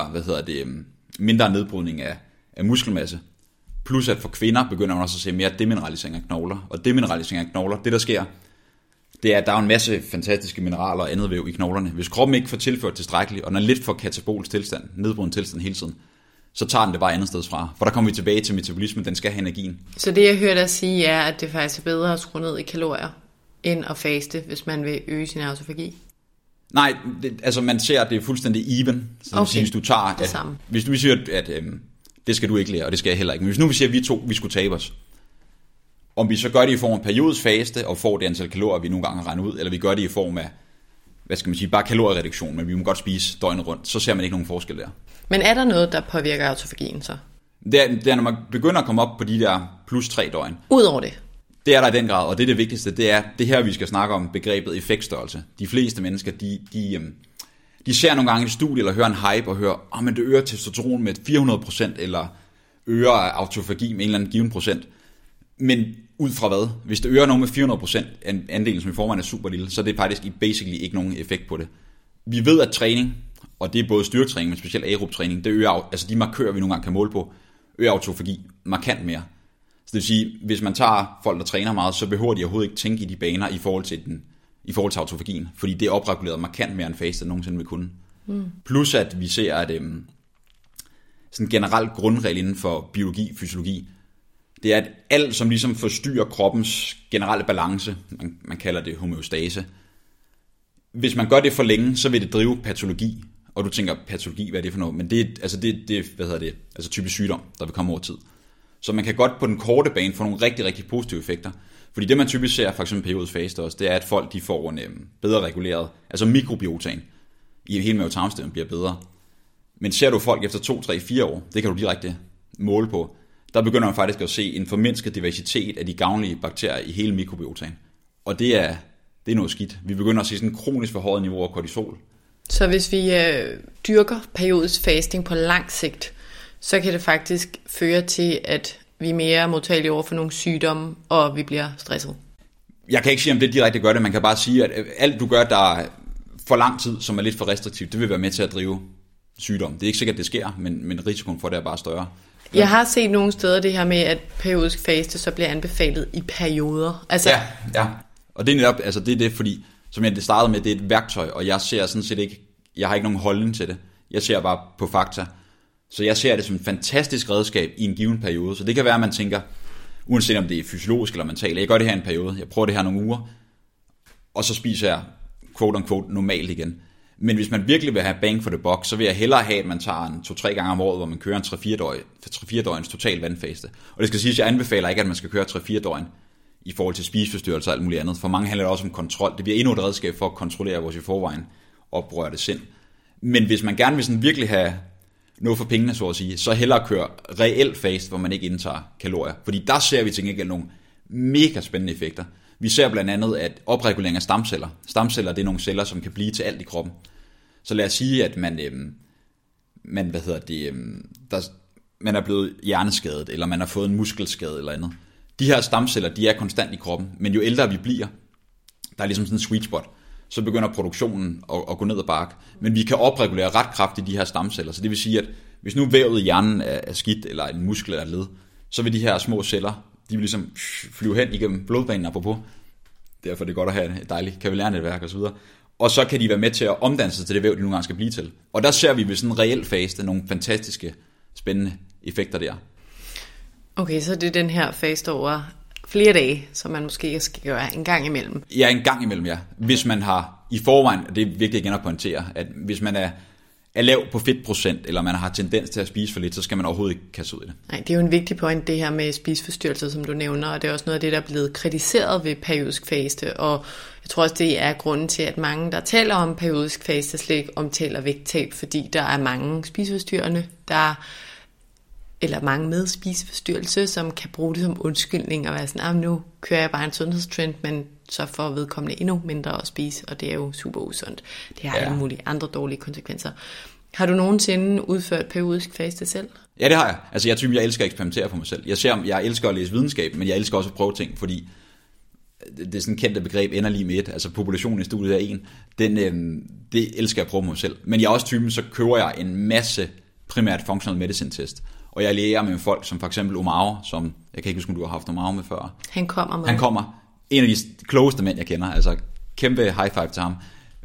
mindre nedbrydning af muskelmasse. Plus at for kvinder begynder man også at se mere demineralisering af knogler. Og demineralisering af knogler, det der sker, det er, at der er en masse fantastiske mineraler og andet væv i knoglerne. Hvis kroppen ikke får tilført tilstrækkeligt, og den er lidt for katabolsk tilstand, nedbrydende tilstand hele tiden, så tager den det bare andet sted fra. For der kommer vi tilbage til metabolismen, den skal have energien. Så det jeg hørte dig sige er, at det faktisk er bedre at skrue ned i kalorier, end at faste, hvis man vil øge sin autofagi? Nej, altså man ser, at det er fuldstændig even. Så okay. Hvis du tager, det samme. Hvis du siger, at det skal du ikke lære, og det skal jeg heller ikke. Men hvis nu vi siger, at vi skulle tabe os, Om vi så gør det i form af periodisk faste, og får det antal kalorier, vi nogle gange har regnet ud, eller vi gør det i form af, bare kaloriereduktion, men vi må godt spise døgnet rundt, så ser man ikke nogen forskel der. Men er der noget, der påvirker autofagien så? Det er, når man begynder at komme op på de der plus 3 døgn. Udover det? Det er der i den grad, og det er det vigtigste, det er det her, vi skal snakke om begrebet effektstørrelse. De fleste mennesker, de ser nogle gange et studie, eller hører en hype, og hører, men det øger testosteron med 400%, eller øger autofagi med en eller anden given procent. Men ud fra hvad? Hvis det øger noget med 400%, andelen som i forvejen er super lille, så er det faktisk basically ikke nogen effekt på det. Vi ved, at træning, og det er både styrketræning, men specielt aerob træning, det øger, altså de markører, vi nogle gange kan måle på, øger autofagi markant mere. Så det vil sige, hvis man tager folk, der træner meget, så behøver de overhovedet ikke tænke i de baner i forhold til autofagien, fordi det er opreguleret markant mere end faste, nogensinde vil kunne. Plus at vi ser, at sådan en generel grundregel inden for biologi, fysiologi, det er, at alt, som ligesom forstyrrer kroppens generelle balance, man kalder det homeostase, hvis man gør det for længe, så vil det drive patologi. Og du tænker, patologi, hvad er det for noget? Men det er altså typisk sygdom, der vil komme over tid. Så man kan godt på den korte bane få nogle rigtig, rigtig positive effekter. Fordi det, man typisk ser, for eksempel periodisk faste også, det er, at folk de får en bedre reguleret, altså mikrobiotan i hele mavetarmsystemet bliver bedre. Men ser du folk efter 2, 3, 4 år, det kan du direkte måle på, der begynder man faktisk at se en formindsket diversitet af de gavnlige bakterier i hele mikrobiotan. Og det er noget skidt. Vi begynder at se sådan en kronisk forhøjet niveau af kortisol. Så hvis vi dyrker periodisk fasting på lang sigt, så kan det faktisk føre til, at vi er mere modtagelige over for nogle sygdomme, og vi bliver stresset. Jeg kan ikke sige, om det direkte gør det. Man kan bare sige, at alt du gør, der er for lang tid, som er lidt for restriktivt, det vil være med til at drive sygdom. Det er ikke sikkert, at det sker, men risikoen for det er bare større. Jeg har set nogle steder det her med, at periodisk faste så bliver anbefalet i perioder. Altså... Ja. Og det er netop, altså det er det, fordi, som jeg startede med, det er et værktøj, og jeg ser sådan set ikke, jeg har ikke nogen holdning til det. Jeg ser bare på fakta. Så jeg ser det som et fantastisk redskab i en given periode. Så det kan være, at man tænker, uanset om det er fysiologisk eller mentalt, jeg gør det her en periode, jeg prøver det her nogle uger, og så spiser jeg quote unquote normalt igen. Men hvis man virkelig vil have bang for the buck, så vil jeg hellere have, at man tager en 2-3 gange om året, hvor man kører en 3-4 døgns total vandfaste. Og det skal siges, at jeg anbefaler ikke, at man skal køre 3-4 døgn i forhold til spiseforstyrrelser og alt muligt andet. For mange handler det også om kontrol. Det bliver endnu et redskab for at kontrollere vores i forvejen oprørte sind. Men hvis man gerne vil sådan virkelig have noget for pengene, så at sige, så hellere køre reelt fast, hvor man ikke indtager kalorier. Fordi der ser vi til gengæld nogle mega spændende effekter. Vi ser blandt andet, at opregulering af stamceller. Stamceller, det er nogle celler, som kan blive til alt i kroppen. Så lad os sige, at man er blevet hjerneskadet, eller man har fået en muskelskade eller andet. De her stamceller, de er konstant i kroppen, men jo ældre vi bliver, der er ligesom sådan en sweet spot, så begynder produktionen at gå ned ad bakke. Men vi kan opregulere ret kraftigt de her stamceller, så det vil sige, at hvis nu vævet i hjernen er skidt, eller en muskel eller et led, så vil de her små celler, de vil ligesom flyve hen igennem blodbanen apropos. Derfor er det godt at have et dejligt kapillærnetværk osv. Og så kan de være med til at omdanne sig til det væv, de nogle gange skal blive til. Og der ser vi ved sådan en reel faste nogle fantastiske, spændende effekter der. Okay, så det er den her faste over flere dage, som man måske skal gøre en gang imellem. Ja, en gang imellem, ja. Hvis man har i forvejen, det er vigtigt igen at pointere, at hvis man er lav på fedtprocent, eller man har tendens til at spise for lidt, så skal man overhovedet ikke kaste ud i det. Nej, det er jo en vigtig point, det her med spiseforstyrrelser, som du nævner, og det er også noget af det, der er blevet kritiseret ved periodisk faste, og jeg tror også, det er grunden til, at mange, der taler om periodisk faste, slet ikke omtaler vægttab, fordi der er mange spiseforstyrrende, eller mange med spiseforstyrrelse, som kan bruge det som undskyldning og være sådan, nu kører jeg bare en sundhedstrend, men så får vedkommende endnu mindre at spise, og det er jo super usundt. Det har alle mulige andre dårlige konsekvenser. Har du nogensinde udført periodisk faste selv? Ja, det har jeg. Altså jeg elsker at eksperimentere på mig selv. Jeg elsker at læse videnskab, men jeg elsker også at prøve ting, fordi det er sådan et kendt begreb, ender lige med et, altså populationen i studiet er en, det elsker jeg at prøve på mig selv. Men jeg er også typen, så køber jeg en masse primært functional medicine test, og jeg lærer med folk, som for eksempel Omar, som, jeg kan ikke huske, om du har haft Omar med før. Han kommer. En af de klogeste mænd, jeg kender, altså kæmpe high five til ham.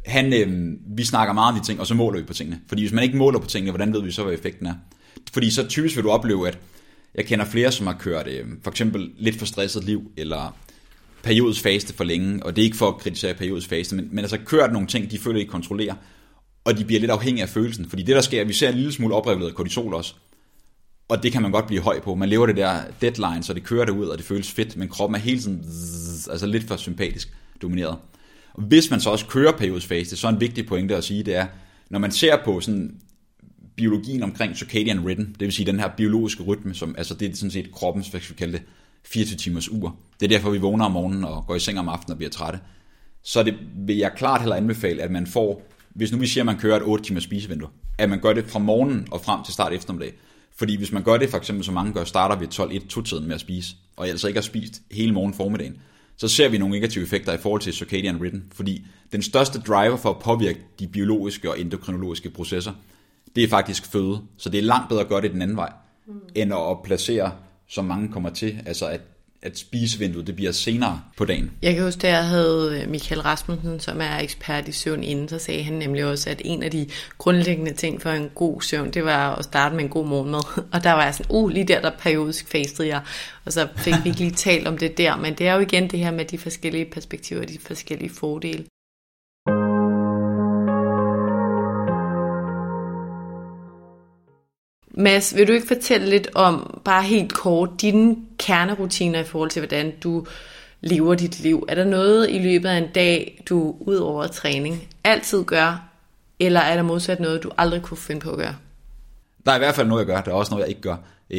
Vi snakker meget om de ting, og så måler vi på tingene. Fordi hvis man ikke måler på tingene, hvordan ved vi så, hvad effekten er? Fordi så typisk vil du opleve, at jeg kender flere, som har kørt for eksempel lidt for stresset liv, eller periodisk faste for længe, og det er ikke for at kritisere periodisk faste, men altså kørt nogle ting, de føler ikke kontrollerer, og de bliver lidt afhængige af følelsen. Fordi det der sker, vi ser en lille smule opreguleret kortisol også, Og det kan man godt blive høj på. Man lever det der deadline, så det kører det ud, og det føles fedt, men kroppen er hele tiden altså lidt for sympatisk domineret. Og hvis man så også kører periodisk fase, så er en vigtig pointe at sige, det er, når man ser på sådan biologien omkring circadian rhythm, det vil sige den her biologiske rytme, som altså det er sådan set kroppens, hvad skal vi kalde det, 24 timers ur. Det er derfor, vi vågner om morgenen og går i seng om aftenen og bliver trætte. Så det vil jeg klart heller anbefale, at man får, hvis nu vi siger, at man kører et 8 timers spisevindue, at man gør det fra morgenen og frem til start eftermiddag. Fordi hvis man gør det, for eksempel som mange gør, starter vi 12-1-2-tiden med at spise, og altså ikke har spist hele morgen formiddagen, så ser vi nogle negative effekter i forhold til circadian rhythm, fordi den største driver for at påvirke de biologiske og endokrinologiske processer, det er faktisk føde. Så det er langt bedre at gøre det den anden vej, end at placere, som mange kommer til, altså at spisevinduet det bliver senere på dagen. Jeg kan huske, da jeg havde Michael Rasmussen, som er ekspert i søvn inden, så sagde han nemlig også, at en af de grundlæggende ting for en god søvn, det var at starte med en god morgenmad. Og der var jeg sådan, lige der periodisk fastede jeg, og så fik vi ikke lige talt om det der, men det er jo igen det her med de forskellige perspektiver og de forskellige fordele. Mads, vil du ikke fortælle lidt om, bare helt kort, dine kernerutiner i forhold til, hvordan du lever dit liv? Er der noget i løbet af en dag, du ud over træning altid gør, eller er der modsat noget, du aldrig kunne finde på at gøre? Der er i hvert fald noget, jeg gør. Der er også noget, jeg ikke gør.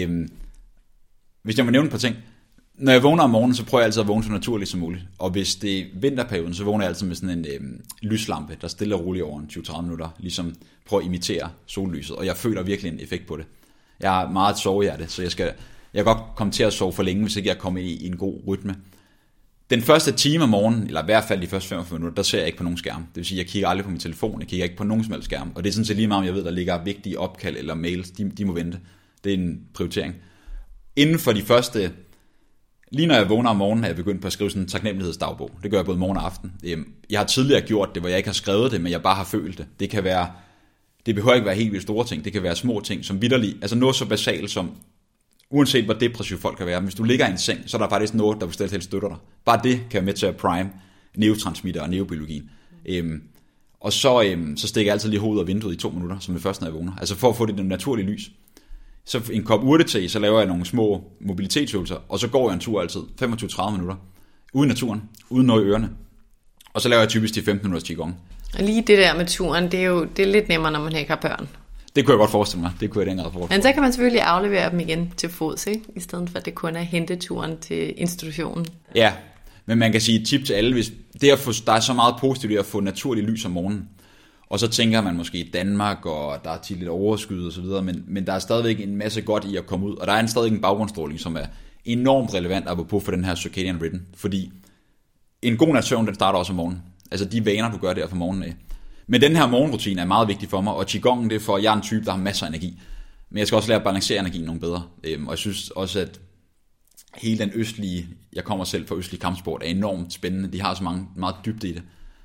Hvis jeg må nævne et par ting. Når jeg vågner om morgenen, så prøver jeg altid at vågne så naturligt som muligt. Og hvis det er vinterperioden, så vågner jeg altid med sådan en lyslampe, der stille og roligt over 20-30 minutter. Ligesom prøver at imitere sollyset. Og jeg føler virkelig en effekt på det. Jeg har meget et sovehjerte, så jeg kan godt komme til at sove for længe, hvis ikke jeg kommer i en god rytme. Den første time om morgenen, eller i hvert fald de første 45 minutter, der ser jeg ikke på nogen skærm. Det vil sige, jeg kigger aldrig på min telefon, jeg kigger ikke på nogen som helst skærm. Og det er sådan set lige meget, om jeg ved, der ligger vigtige opkald eller mails, de må vente. Det er en prioritering. Inden for de første, lige når jeg vågner om morgenen, er jeg begyndt på at skrive sådan en taknemmelighedsdagbog. Det gør jeg både morgen og aften. Jeg har tidligere gjort det, hvor jeg ikke har skrevet det, men jeg bare har følt det. Det behøver ikke være helt vildt store ting. Det kan være små ting, som vitterligt, altså noget så basalt som, uanset hvor depressiv folk kan være, hvis du ligger i en seng, så er der faktisk noget, der bestemt helt støtter dig. Bare det kan være med til at prime neurotransmitter og neurobiologien. Og så stikker jeg altid lige hovedet og vinduet i 2 minutter, som det første, når jeg vågner. Altså for at få det naturlige lys. Så en kop urtete, så laver jeg nogle små mobilitetsøvelser, og så går jeg en tur altid, 25-30 minutter, ude i naturen, uden noget i ørerne. Og så laver jeg typisk de 15 minutters qigong. Og lige det der med turen, det er lidt nemmere, når man ikke har børn. Det kunne jeg godt forestille mig. Det kunne jeg dengang forestille mig. Men så kan man selvfølgelig aflevere dem igen til fods, ikke? I stedet for, at det kun er henteturen til institutionen. Ja, men man kan sige et tip til alle, hvis det der er så meget positivt i at få naturlig lys om morgenen. Og så tænker man måske i Danmark, og der er tit lidt overskud og så videre, men der er stadigvæk en masse godt i at komme ud. Og der er stadig en baggrundsstråling, som er enormt relevant apropos for den her circadian rhythm. Fordi en god natsøvn, den starter også om morgenen. Altså de vaner, du gør der fra morgenen af. Men den her morgenrutine er meget vigtig for mig, og Qigongen, det er for, jeg er en type, der har masser af energi. Men jeg skal også lære at balancere energien nogle bedre. Og jeg synes også, at hele den østlige, jeg kommer selv fra østlig kampsport, er enormt spændende. De har så meget dybde i det.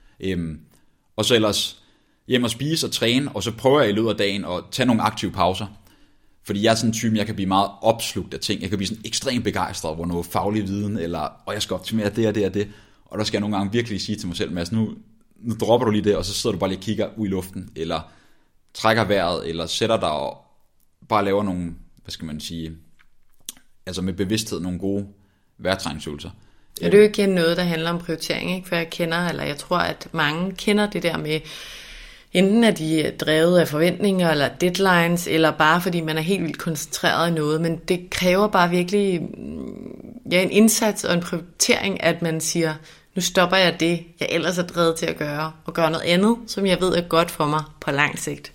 Og så ellers hjem og spise og træne, og så prøver jeg i løbet af dagen at tage nogle aktive pauser. Fordi jeg er sådan en type, jeg kan blive meget opslugt af ting. Jeg kan blive sådan ekstremt begejstret over noget faglig viden, eller og jeg skal optimere det og det og det. Og der skal jeg nogle gange virkelig sige til mig selv, Mads, nu dropper du lige det, og så sidder du bare lige og kigger ud i luften, eller trækker vejret, eller sætter dig og bare laver nogle, hvad skal man sige, altså med bevidsthed, nogle gode vejrtræningsøvelser. Ja, det er jo igen noget, der handler om prioritering, ikke? For jeg tror, at mange kender det der med, enten er de drevet af forventninger, eller deadlines, eller bare fordi man er helt vildt koncentreret i noget, men det kræver bare virkelig en indsats og en prioritering, at man siger, nu stopper jeg det, jeg ellers er drevet til at gøre, og gøre noget andet, som jeg ved er godt for mig på lang sigt.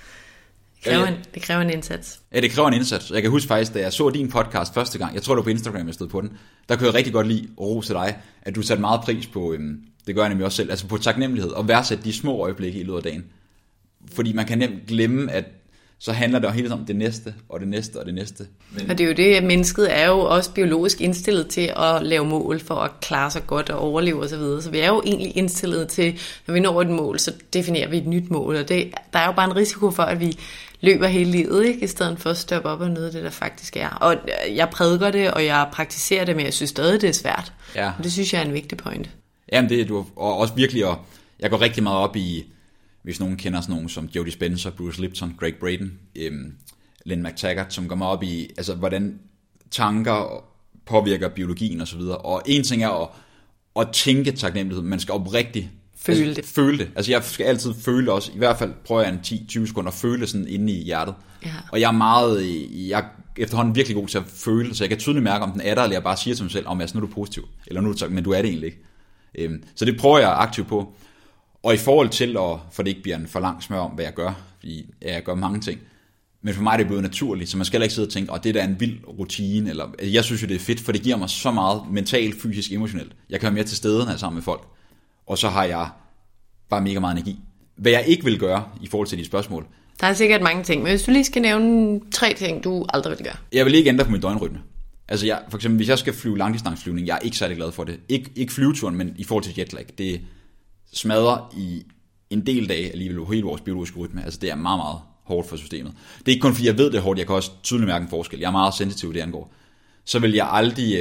Det kræver en indsats. Ja, det kræver en indsats. Jeg kan huske faktisk, da jeg så din podcast første gang, jeg tror det var på Instagram, jeg stod på den, der kunne jeg rigtig godt lide at rose dig, at du satte meget pris på, det gør jeg nemlig også selv, altså på taknemmelighed, og værdsætte de små øjeblikke i løbet af dagen. Fordi man kan nemt glemme, at så handler det jo hele tiden om det næste, og det næste, og det næste. Men og det er jo det, at mennesket er jo også biologisk indstillet til at lave mål for at klare sig godt og overleve osv. Så vi er jo egentlig indstillet til, når vi når et mål, så definerer vi et nyt mål. Og der er jo bare en risiko for, at vi løber hele livet, ikke? I stedet for at stoppe op og nyde det, der faktisk er. Og jeg prædiker det, og jeg praktiserer det, men jeg synes stadig, det er svært. Ja. Og det synes jeg er en vigtig point. Jamen det er du, og også virkelig, og jeg går rigtig meget op i, hvis nogen kender sådan nogen som Joe Dispenza, Bruce Lipton, Greg Braden, Lynn McTaggart, som kommer op i, altså hvordan tanker påvirker biologien og så videre. Og en ting er at tænke taknemmelighed, man skal oprigtigt føle det. Altså jeg skal altid føle også, i hvert fald prøver jeg en 10-20 sekunder at føle sådan inde i hjertet. Ja. Og jeg er efterhånden virkelig god til at føle, så jeg kan tydeligt mærke, om den er der, eller jeg bare siger til mig selv, om nu er du positiv, eller nu er du, men du er det egentlig ikke. Så det prøver jeg aktivt på. Og i forhold til, for det ikke bliver en for lang smør om, hvad jeg gør, fordi jeg gør mange ting, men for mig er det blevet naturligt, så man skal ikke sidde og tænke, det er da en vild rutine, eller jeg synes jo, det er fedt, for det giver mig så meget mentalt, fysisk, emotionelt. Jeg kan være mere til stede, når jeg er sammen med folk, og så har jeg bare mega meget energi. Hvad jeg ikke vil gøre, i forhold til de spørgsmål. Der er sikkert mange ting, men hvis du lige skal nævne 3 ting, du aldrig vil gøre. Jeg vil ikke ændre på min døgnrytme. Altså for eksempel, hvis jeg skal flyve langdistanceflyvning, jeg er ikke særlig glad for det. Ikke flyveturen, men i forhold til jetlag. Det smadrer i en del dage alligevel hele vores biologiske rytme. Altså det er meget, meget hårdt for systemet. Det er ikke kun fordi jeg ved det er hårdt, jeg kan også tydeligt mærke en forskel. Jeg er meget sensitiv, det angår. Så vil jeg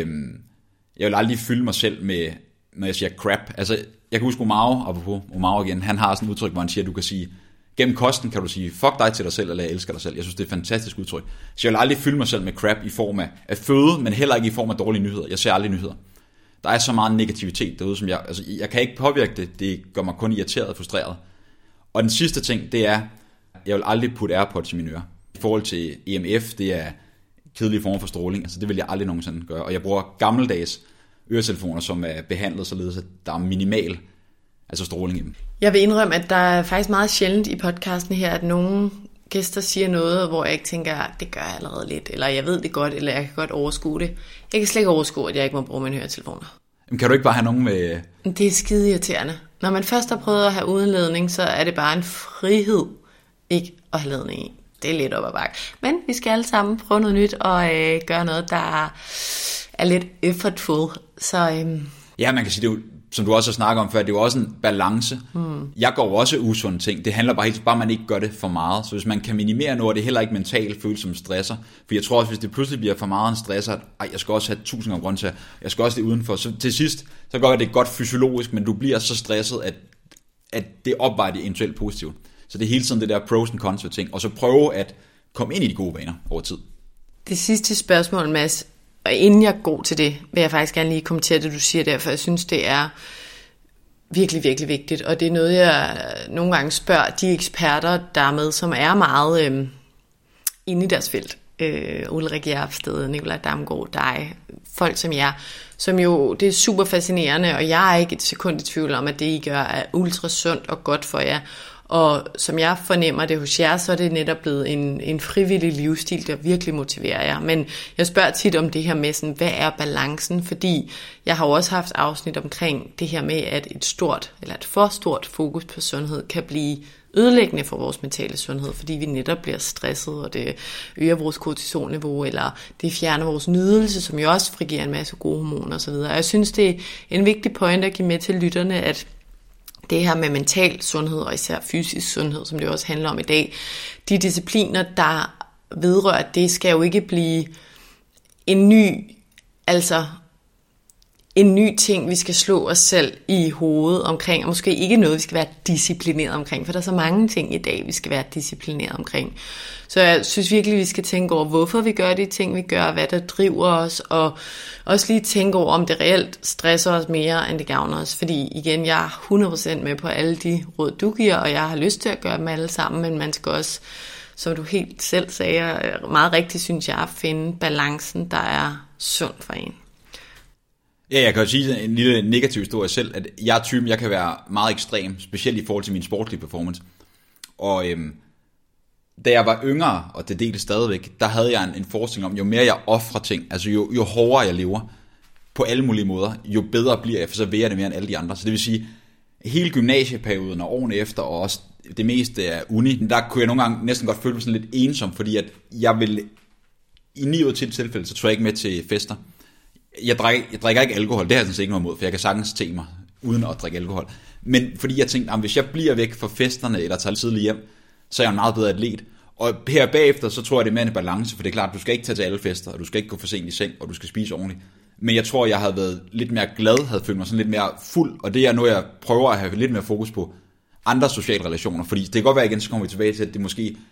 aldrig fylde mig selv med, når jeg siger crap. Altså jeg kan huske Omaro igen, han har sådan et udtryk, hvor han siger, du kan sige, gennem kosten kan du sige, fuck dig til dig selv, eller jeg elsker dig selv. Jeg synes, det er et fantastisk udtryk. Så jeg vil aldrig fylde mig selv med crap i form af føde, men heller ikke i form af dårlige nyheder. Jeg ser aldrig nyheder. Der er så meget negativitet derude, som jeg kan ikke påvirke det. Det gør mig kun irriteret og frustreret. Og den sidste ting, det er, jeg vil aldrig putte AirPods i mine ører. I forhold til EMF, det er kedelige former for stråling. Altså det vil jeg aldrig nogensinde gøre. Og jeg bruger gammeldags øretelefoner, som er behandlet således, at der er minimal stråling i dem. Jeg vil indrømme, at der er faktisk meget sjældent i podcasten her, at nogle gæster siger noget, hvor jeg ikke tænker, det gør jeg allerede lidt, eller jeg ved det godt, eller jeg kan godt overskue det. Jeg kan slet ikke overskue, at jeg ikke må bruge mine høretelefoner. Men kan du ikke bare have nogen med... Det er skide irriterende. Når man først har prøvet at have uden ledning, så er det bare en frihed ikke at have ledning i. Det er lidt op ad bakke. Men vi skal alle sammen prøve noget nyt og gøre noget, der er lidt effortful. Så, Ja, man kan sige, det er jo, som du også har snakket om før, det er jo også en balance. Jeg går også usunde ting. Det handler bare man ikke gør det for meget. Så hvis man kan minimere noget, det er heller ikke mentalt føles som stresser. For jeg tror også, hvis det pludselig bliver for meget en stresser, at jeg skal også have 1000 gram grøntsager, jeg skal også det udenfor. Så til sidst, så går det godt fysiologisk, men du bliver så stresset, at det opvejer det eventuelt positivt. Så det er hele tiden det der pros and cons ved ting. Og så prøve at komme ind i de gode vaner over tid. Det sidste spørgsmål, Mads, og inden jeg går til det, vil jeg faktisk gerne lige kommentere det, du siger der, for jeg synes, det er virkelig, virkelig vigtigt. Og det er noget, jeg nogle gange spørger de eksperter, der er med, som er meget inde i deres felt. Ulrik Jerpsted, Nikolaj Damgaard, dig, folk som jer, som jo, det er super fascinerende, og jeg er ikke et sekund i tvivl om, at det I gør er ultra sundt og godt for jer. Og som jeg fornemmer det hos jer, så er det netop blevet en frivillig livsstil, der virkelig motiverer jer. Men jeg spørger tit om det her med, sådan, hvad er balancen? Fordi jeg har jo også haft afsnit omkring det her med, at et for stort fokus på sundhed kan blive ødelæggende for vores mentale sundhed, fordi vi netop bliver stresset, og det øger vores kortisolniveau, eller det fjerner vores nydelse, som jo også frigiver en masse gode hormoner osv. Og jeg synes, det er en vigtig point at give med til lytterne, at det her med mental sundhed, og især fysisk sundhed, som det også handler om i dag, de discipliner, der vedrører det, skal jo ikke blive en ny ting, vi skal slå os selv i hovedet omkring, og måske ikke noget, vi skal være disciplineret omkring, for der er så mange ting i dag, vi skal være disciplineret omkring. Så jeg synes virkelig, vi skal tænke over, hvorfor vi gør de ting, vi gør, hvad der driver os, og også lige tænke over, om det reelt stresser os mere, end det gavner os. Fordi igen, jeg er 100% med på alle de råd, du giver, og jeg har lyst til at gøre dem alle sammen, men man skal også, som du helt selv sagde, meget rigtigt, synes jeg, finde balancen, der er sund for en. Ja, jeg kan jo sige en lille negativ historie selv, at jeg er typen, jeg kan være meget ekstrem, specielt i forhold til min sportslige performance. Og da jeg var yngre, og det delte stadigvæk, der havde jeg en forestilling om, jo mere jeg offrer ting, altså jo hårdere jeg lever, på alle mulige måder, jo bedre bliver jeg, for så vil jeg det mere end alle de andre. Så det vil sige, hele gymnasieperioden og årene efter, og også det meste af uni, der kunne jeg nogle gange næsten godt føle mig sådan lidt ensom, fordi at jeg ville, i 9 ud af 10 tilfælde, så tog jeg ikke med til fester. Jeg drikker ikke alkohol, det har jeg sådan set ikke noget imod, for jeg kan sagtens te mig, uden at drikke alkohol. Men fordi jeg tænkte, hvis jeg bliver væk fra festerne, eller tager tidligt hjem, så er jeg en meget bedre atlet. Og her bagefter, så tror jeg, det er mere en balance, for det er klart, du skal ikke tage til alle fester, og du skal ikke gå for sent i seng, og du skal spise ordentligt. Men jeg tror, jeg havde været lidt mere glad, havde følt mig sådan lidt mere fuld, og det er noget, jeg prøver at have lidt mere fokus på andre sociale relationer, fordi det kan godt være igen, så kommer vi tilbage til, at det måske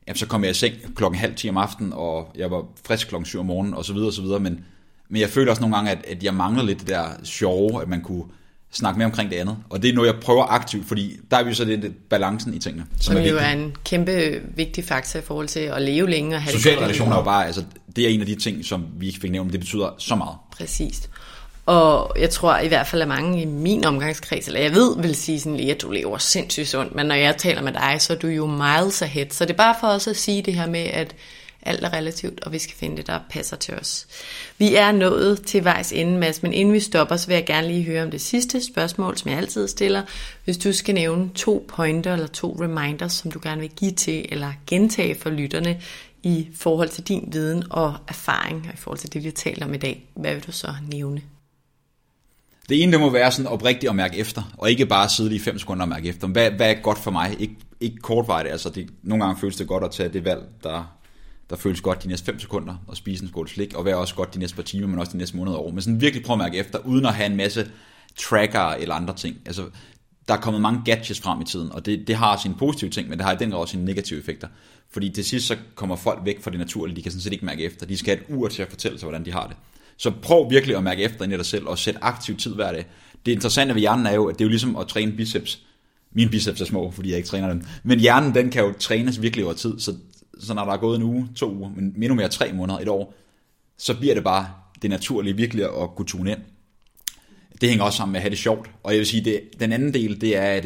jamen, så kom jeg i seng 9:30 om aftenen, og jeg var frisk 7 om morgenen, og så videre, men jeg føler også nogle gange, at jeg mangler lidt det der sjove, at man kunne snakke mere omkring det andet. Og det er noget, jeg prøver aktivt, fordi der er vi så lidt balancen i tingene. Som jo er en kæmpe vigtig faktor i forhold til at leve længe og have sociale relationer er jo bare, altså, det er en af de ting, som vi ikke fik nævnt, det betyder så meget. Præcis. Og jeg tror i hvert fald, at mange i min omgangskreds, eller jeg ved, vil sige sådan lige, at du lever sindssygt sundt, men når jeg taler med dig, så er du jo miles ahead. Så det er bare for os at sige det her med, at alt er relativt, og vi skal finde det, der passer til os. Vi er nået til vejs ende, Mads, men inden vi stopper, så vil jeg gerne lige høre om det sidste spørgsmål, som jeg altid stiller. Hvis du skal nævne 2 pointer eller 2 reminders, som du gerne vil give til eller gentage for lytterne i forhold til din viden og erfaring, og i forhold til det, vi taler om i dag, hvad vil du så nævne? Det ene, det må være sådan oprigtigt at mærke efter, og ikke bare sidde lige 5 sekunder og mærke efter. Hvad er godt for mig? Ikke kortvarigt, altså nogle gange føles det godt at tage det valg, der føles godt de næste 5 sekunder, og spise en skål slik, og være også godt de næste par timer, men også de næste måneder og år. Men sådan virkelig prøve at mærke efter, uden at have en masse tracker eller andre ting. Altså, der er kommet mange gadgets frem i tiden, og det har sine positive ting, men det har i den grad også sine negative effekter. Fordi til sidst så kommer folk væk fra det naturlige, de kan sådan set ikke mærke efter. De skal have et ur til at fortælle sig, hvordan de har det. Så prøv virkelig at mærke efter ind i dig selv, og sæt aktiv tid hver dag. Det interessante ved hjernen er jo, at det er jo ligesom at træne biceps. Mine biceps er små, fordi jeg ikke træner dem. Men hjernen, den kan jo trænes virkelig over tid, så når der er gået en uge, 2 uger, men endnu mere 3 måneder, 1 år, så bliver det bare det naturlige virkelig at kunne tune ind. Det hænger også sammen med at have det sjovt. Og jeg vil sige, den anden del, det er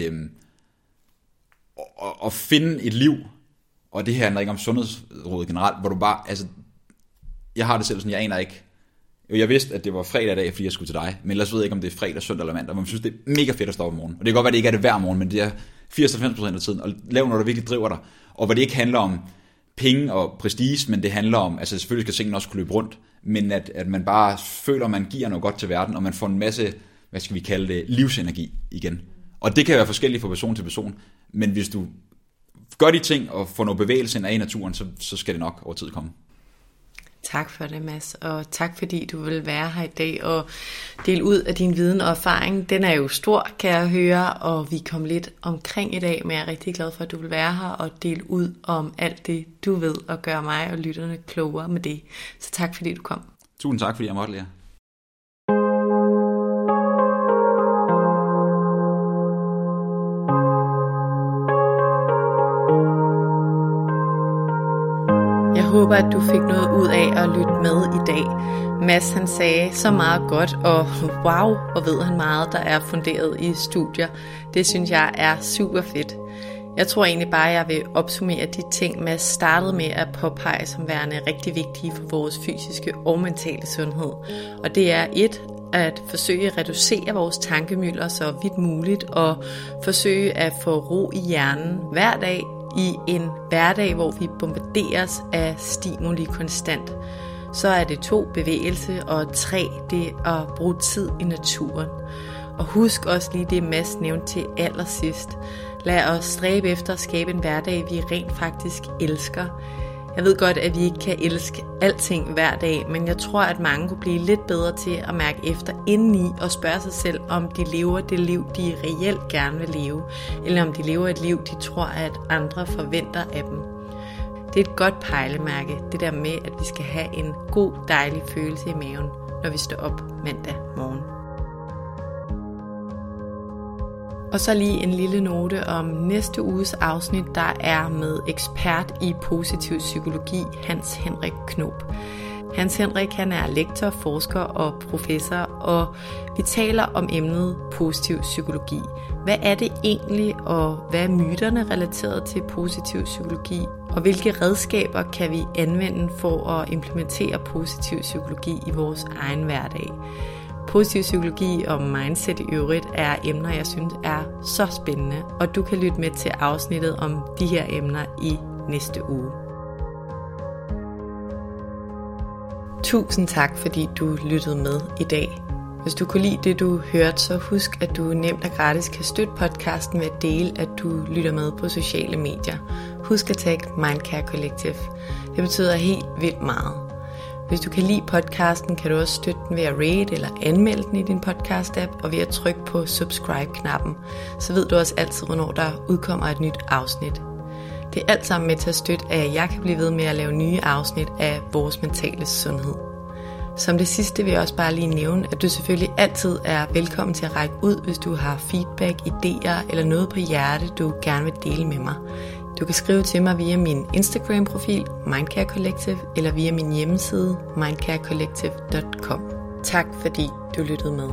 at finde et liv, og det her handler ikke om sundhedsrådet generelt, hvor du bare, altså, jeg har det selv sådan, jeg aner ikke. Jeg vidste, at det var fredag i dag, fordi jeg skulle til dig, men ellers ved jeg ikke, om det er fredag, søndag eller mandag, men man synes, det er mega fedt at stå op om morgenen. Og det kan godt være, det ikke er det hver morgen, men det er 80-90% af tiden, og lave noget, der virkelig driver dig, og hvor det ikke handler om penge og prestige, men det handler om, altså selvfølgelig skal tingene også kunne løbe rundt, men at man bare føler, at man giver noget godt til verden, og man får en masse, hvad skal vi kalde det, livsenergi igen. Og det kan være forskelligt fra person til person, men hvis du gør de ting og får noget bevægelse ind af i naturen, så skal det nok over tid komme. Tak for det, Mads, og tak fordi du vil være her i dag og dele ud af din viden og erfaring. Den er jo stor, kan jeg høre, og vi kom lidt omkring i dag, men jeg er rigtig glad for, at du vil være her og dele ud om alt det, du ved, og gøre mig og lytterne klogere med det. Så tak fordi du kom. Tusind tak, fordi jeg måtte lære. Jeg håber, at du fik noget ud af at lytte med i dag. Mads, han sagde så meget godt, og wow, hvor ved han meget, der er funderet i studier. Det synes jeg er super fedt. Jeg tror egentlig bare, at jeg vil opsummere de ting, Mads startede med at påpege som værende rigtig vigtige for vores fysiske og mentale sundhed. Og det er 1. At forsøge at reducere vores tankemylder så vidt muligt, og forsøge at få ro i hjernen hver dag, i en hverdag, hvor vi bombarderes af stimuli konstant. Så er det 2, bevægelse, og 3, det at bruge tid i naturen. Og husk også lige det, Mads nævnte til allersidst. Lad os stræbe efter at skabe en hverdag, vi rent faktisk elsker. Jeg ved godt, at vi ikke kan elske alting hver dag, men jeg tror, at mange kunne blive lidt bedre til at mærke efter indeni og spørge sig selv, om de lever det liv, de reelt gerne vil leve, eller om de lever et liv, de tror, at andre forventer af dem. Det er et godt pejlemærke, det der med, at vi skal have en god, dejlig følelse i maven, når vi står op mandag morgen. Og så lige en lille note om næste uges afsnit, der er med ekspert i positiv psykologi, Hans Henrik Knob. Hans Henrik, han er lektor, forsker og professor, og vi taler om emnet positiv psykologi. Hvad er det egentlig, og hvad er myterne relateret til positiv psykologi? Og hvilke redskaber kan vi anvende for at implementere positiv psykologi i vores egen hverdag? Positiv psykologi og mindset i øvrigt er emner, jeg synes er så spændende, og du kan lytte med til afsnittet om de her emner i næste uge. Tusind tak, fordi du lyttede med i dag. Hvis du kunne lide det, du hørte, så husk, at du nemt og gratis kan støtte podcasten ved at dele, at du lytter med på sociale medier. Husk at tagge Mindcare Collective. Det betyder helt vildt meget. Hvis du kan lide podcasten, kan du også støtte den ved at rate eller anmelde den i din podcast-app, og ved at trykke på subscribe-knappen. Så ved du også altid, hvornår der udkommer et nyt afsnit. Det er alt sammen med til at støtte, at jeg kan blive ved med at lave nye afsnit af vores mentale sundhed. Som det sidste vil jeg også bare lige nævne, at du selvfølgelig altid er velkommen til at række ud, hvis du har feedback, idéer eller noget på hjerte, du gerne vil dele med mig. Du kan skrive til mig via min Instagram-profil, Mindcare Collective, eller via min hjemmeside, mindcarecollective.com. Tak fordi du lyttede med.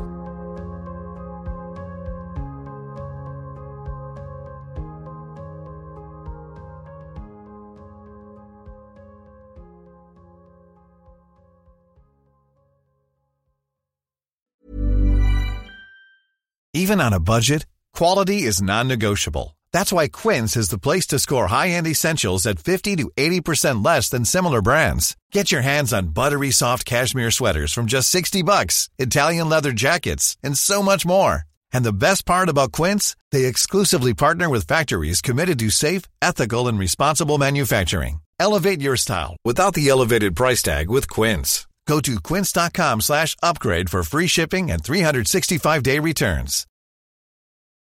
Even on a budget, quality is non-negotiable. That's why Quince is the place to score high-end essentials at 50 to 80% less than similar brands. Get your hands on buttery soft cashmere sweaters from just $60, Italian leather jackets, and so much more. And the best part about Quince, they exclusively partner with factories committed to safe, ethical, and responsible manufacturing. Elevate your style without the elevated price tag with Quince. Go to quince.com/upgrade for free shipping and 365-day returns.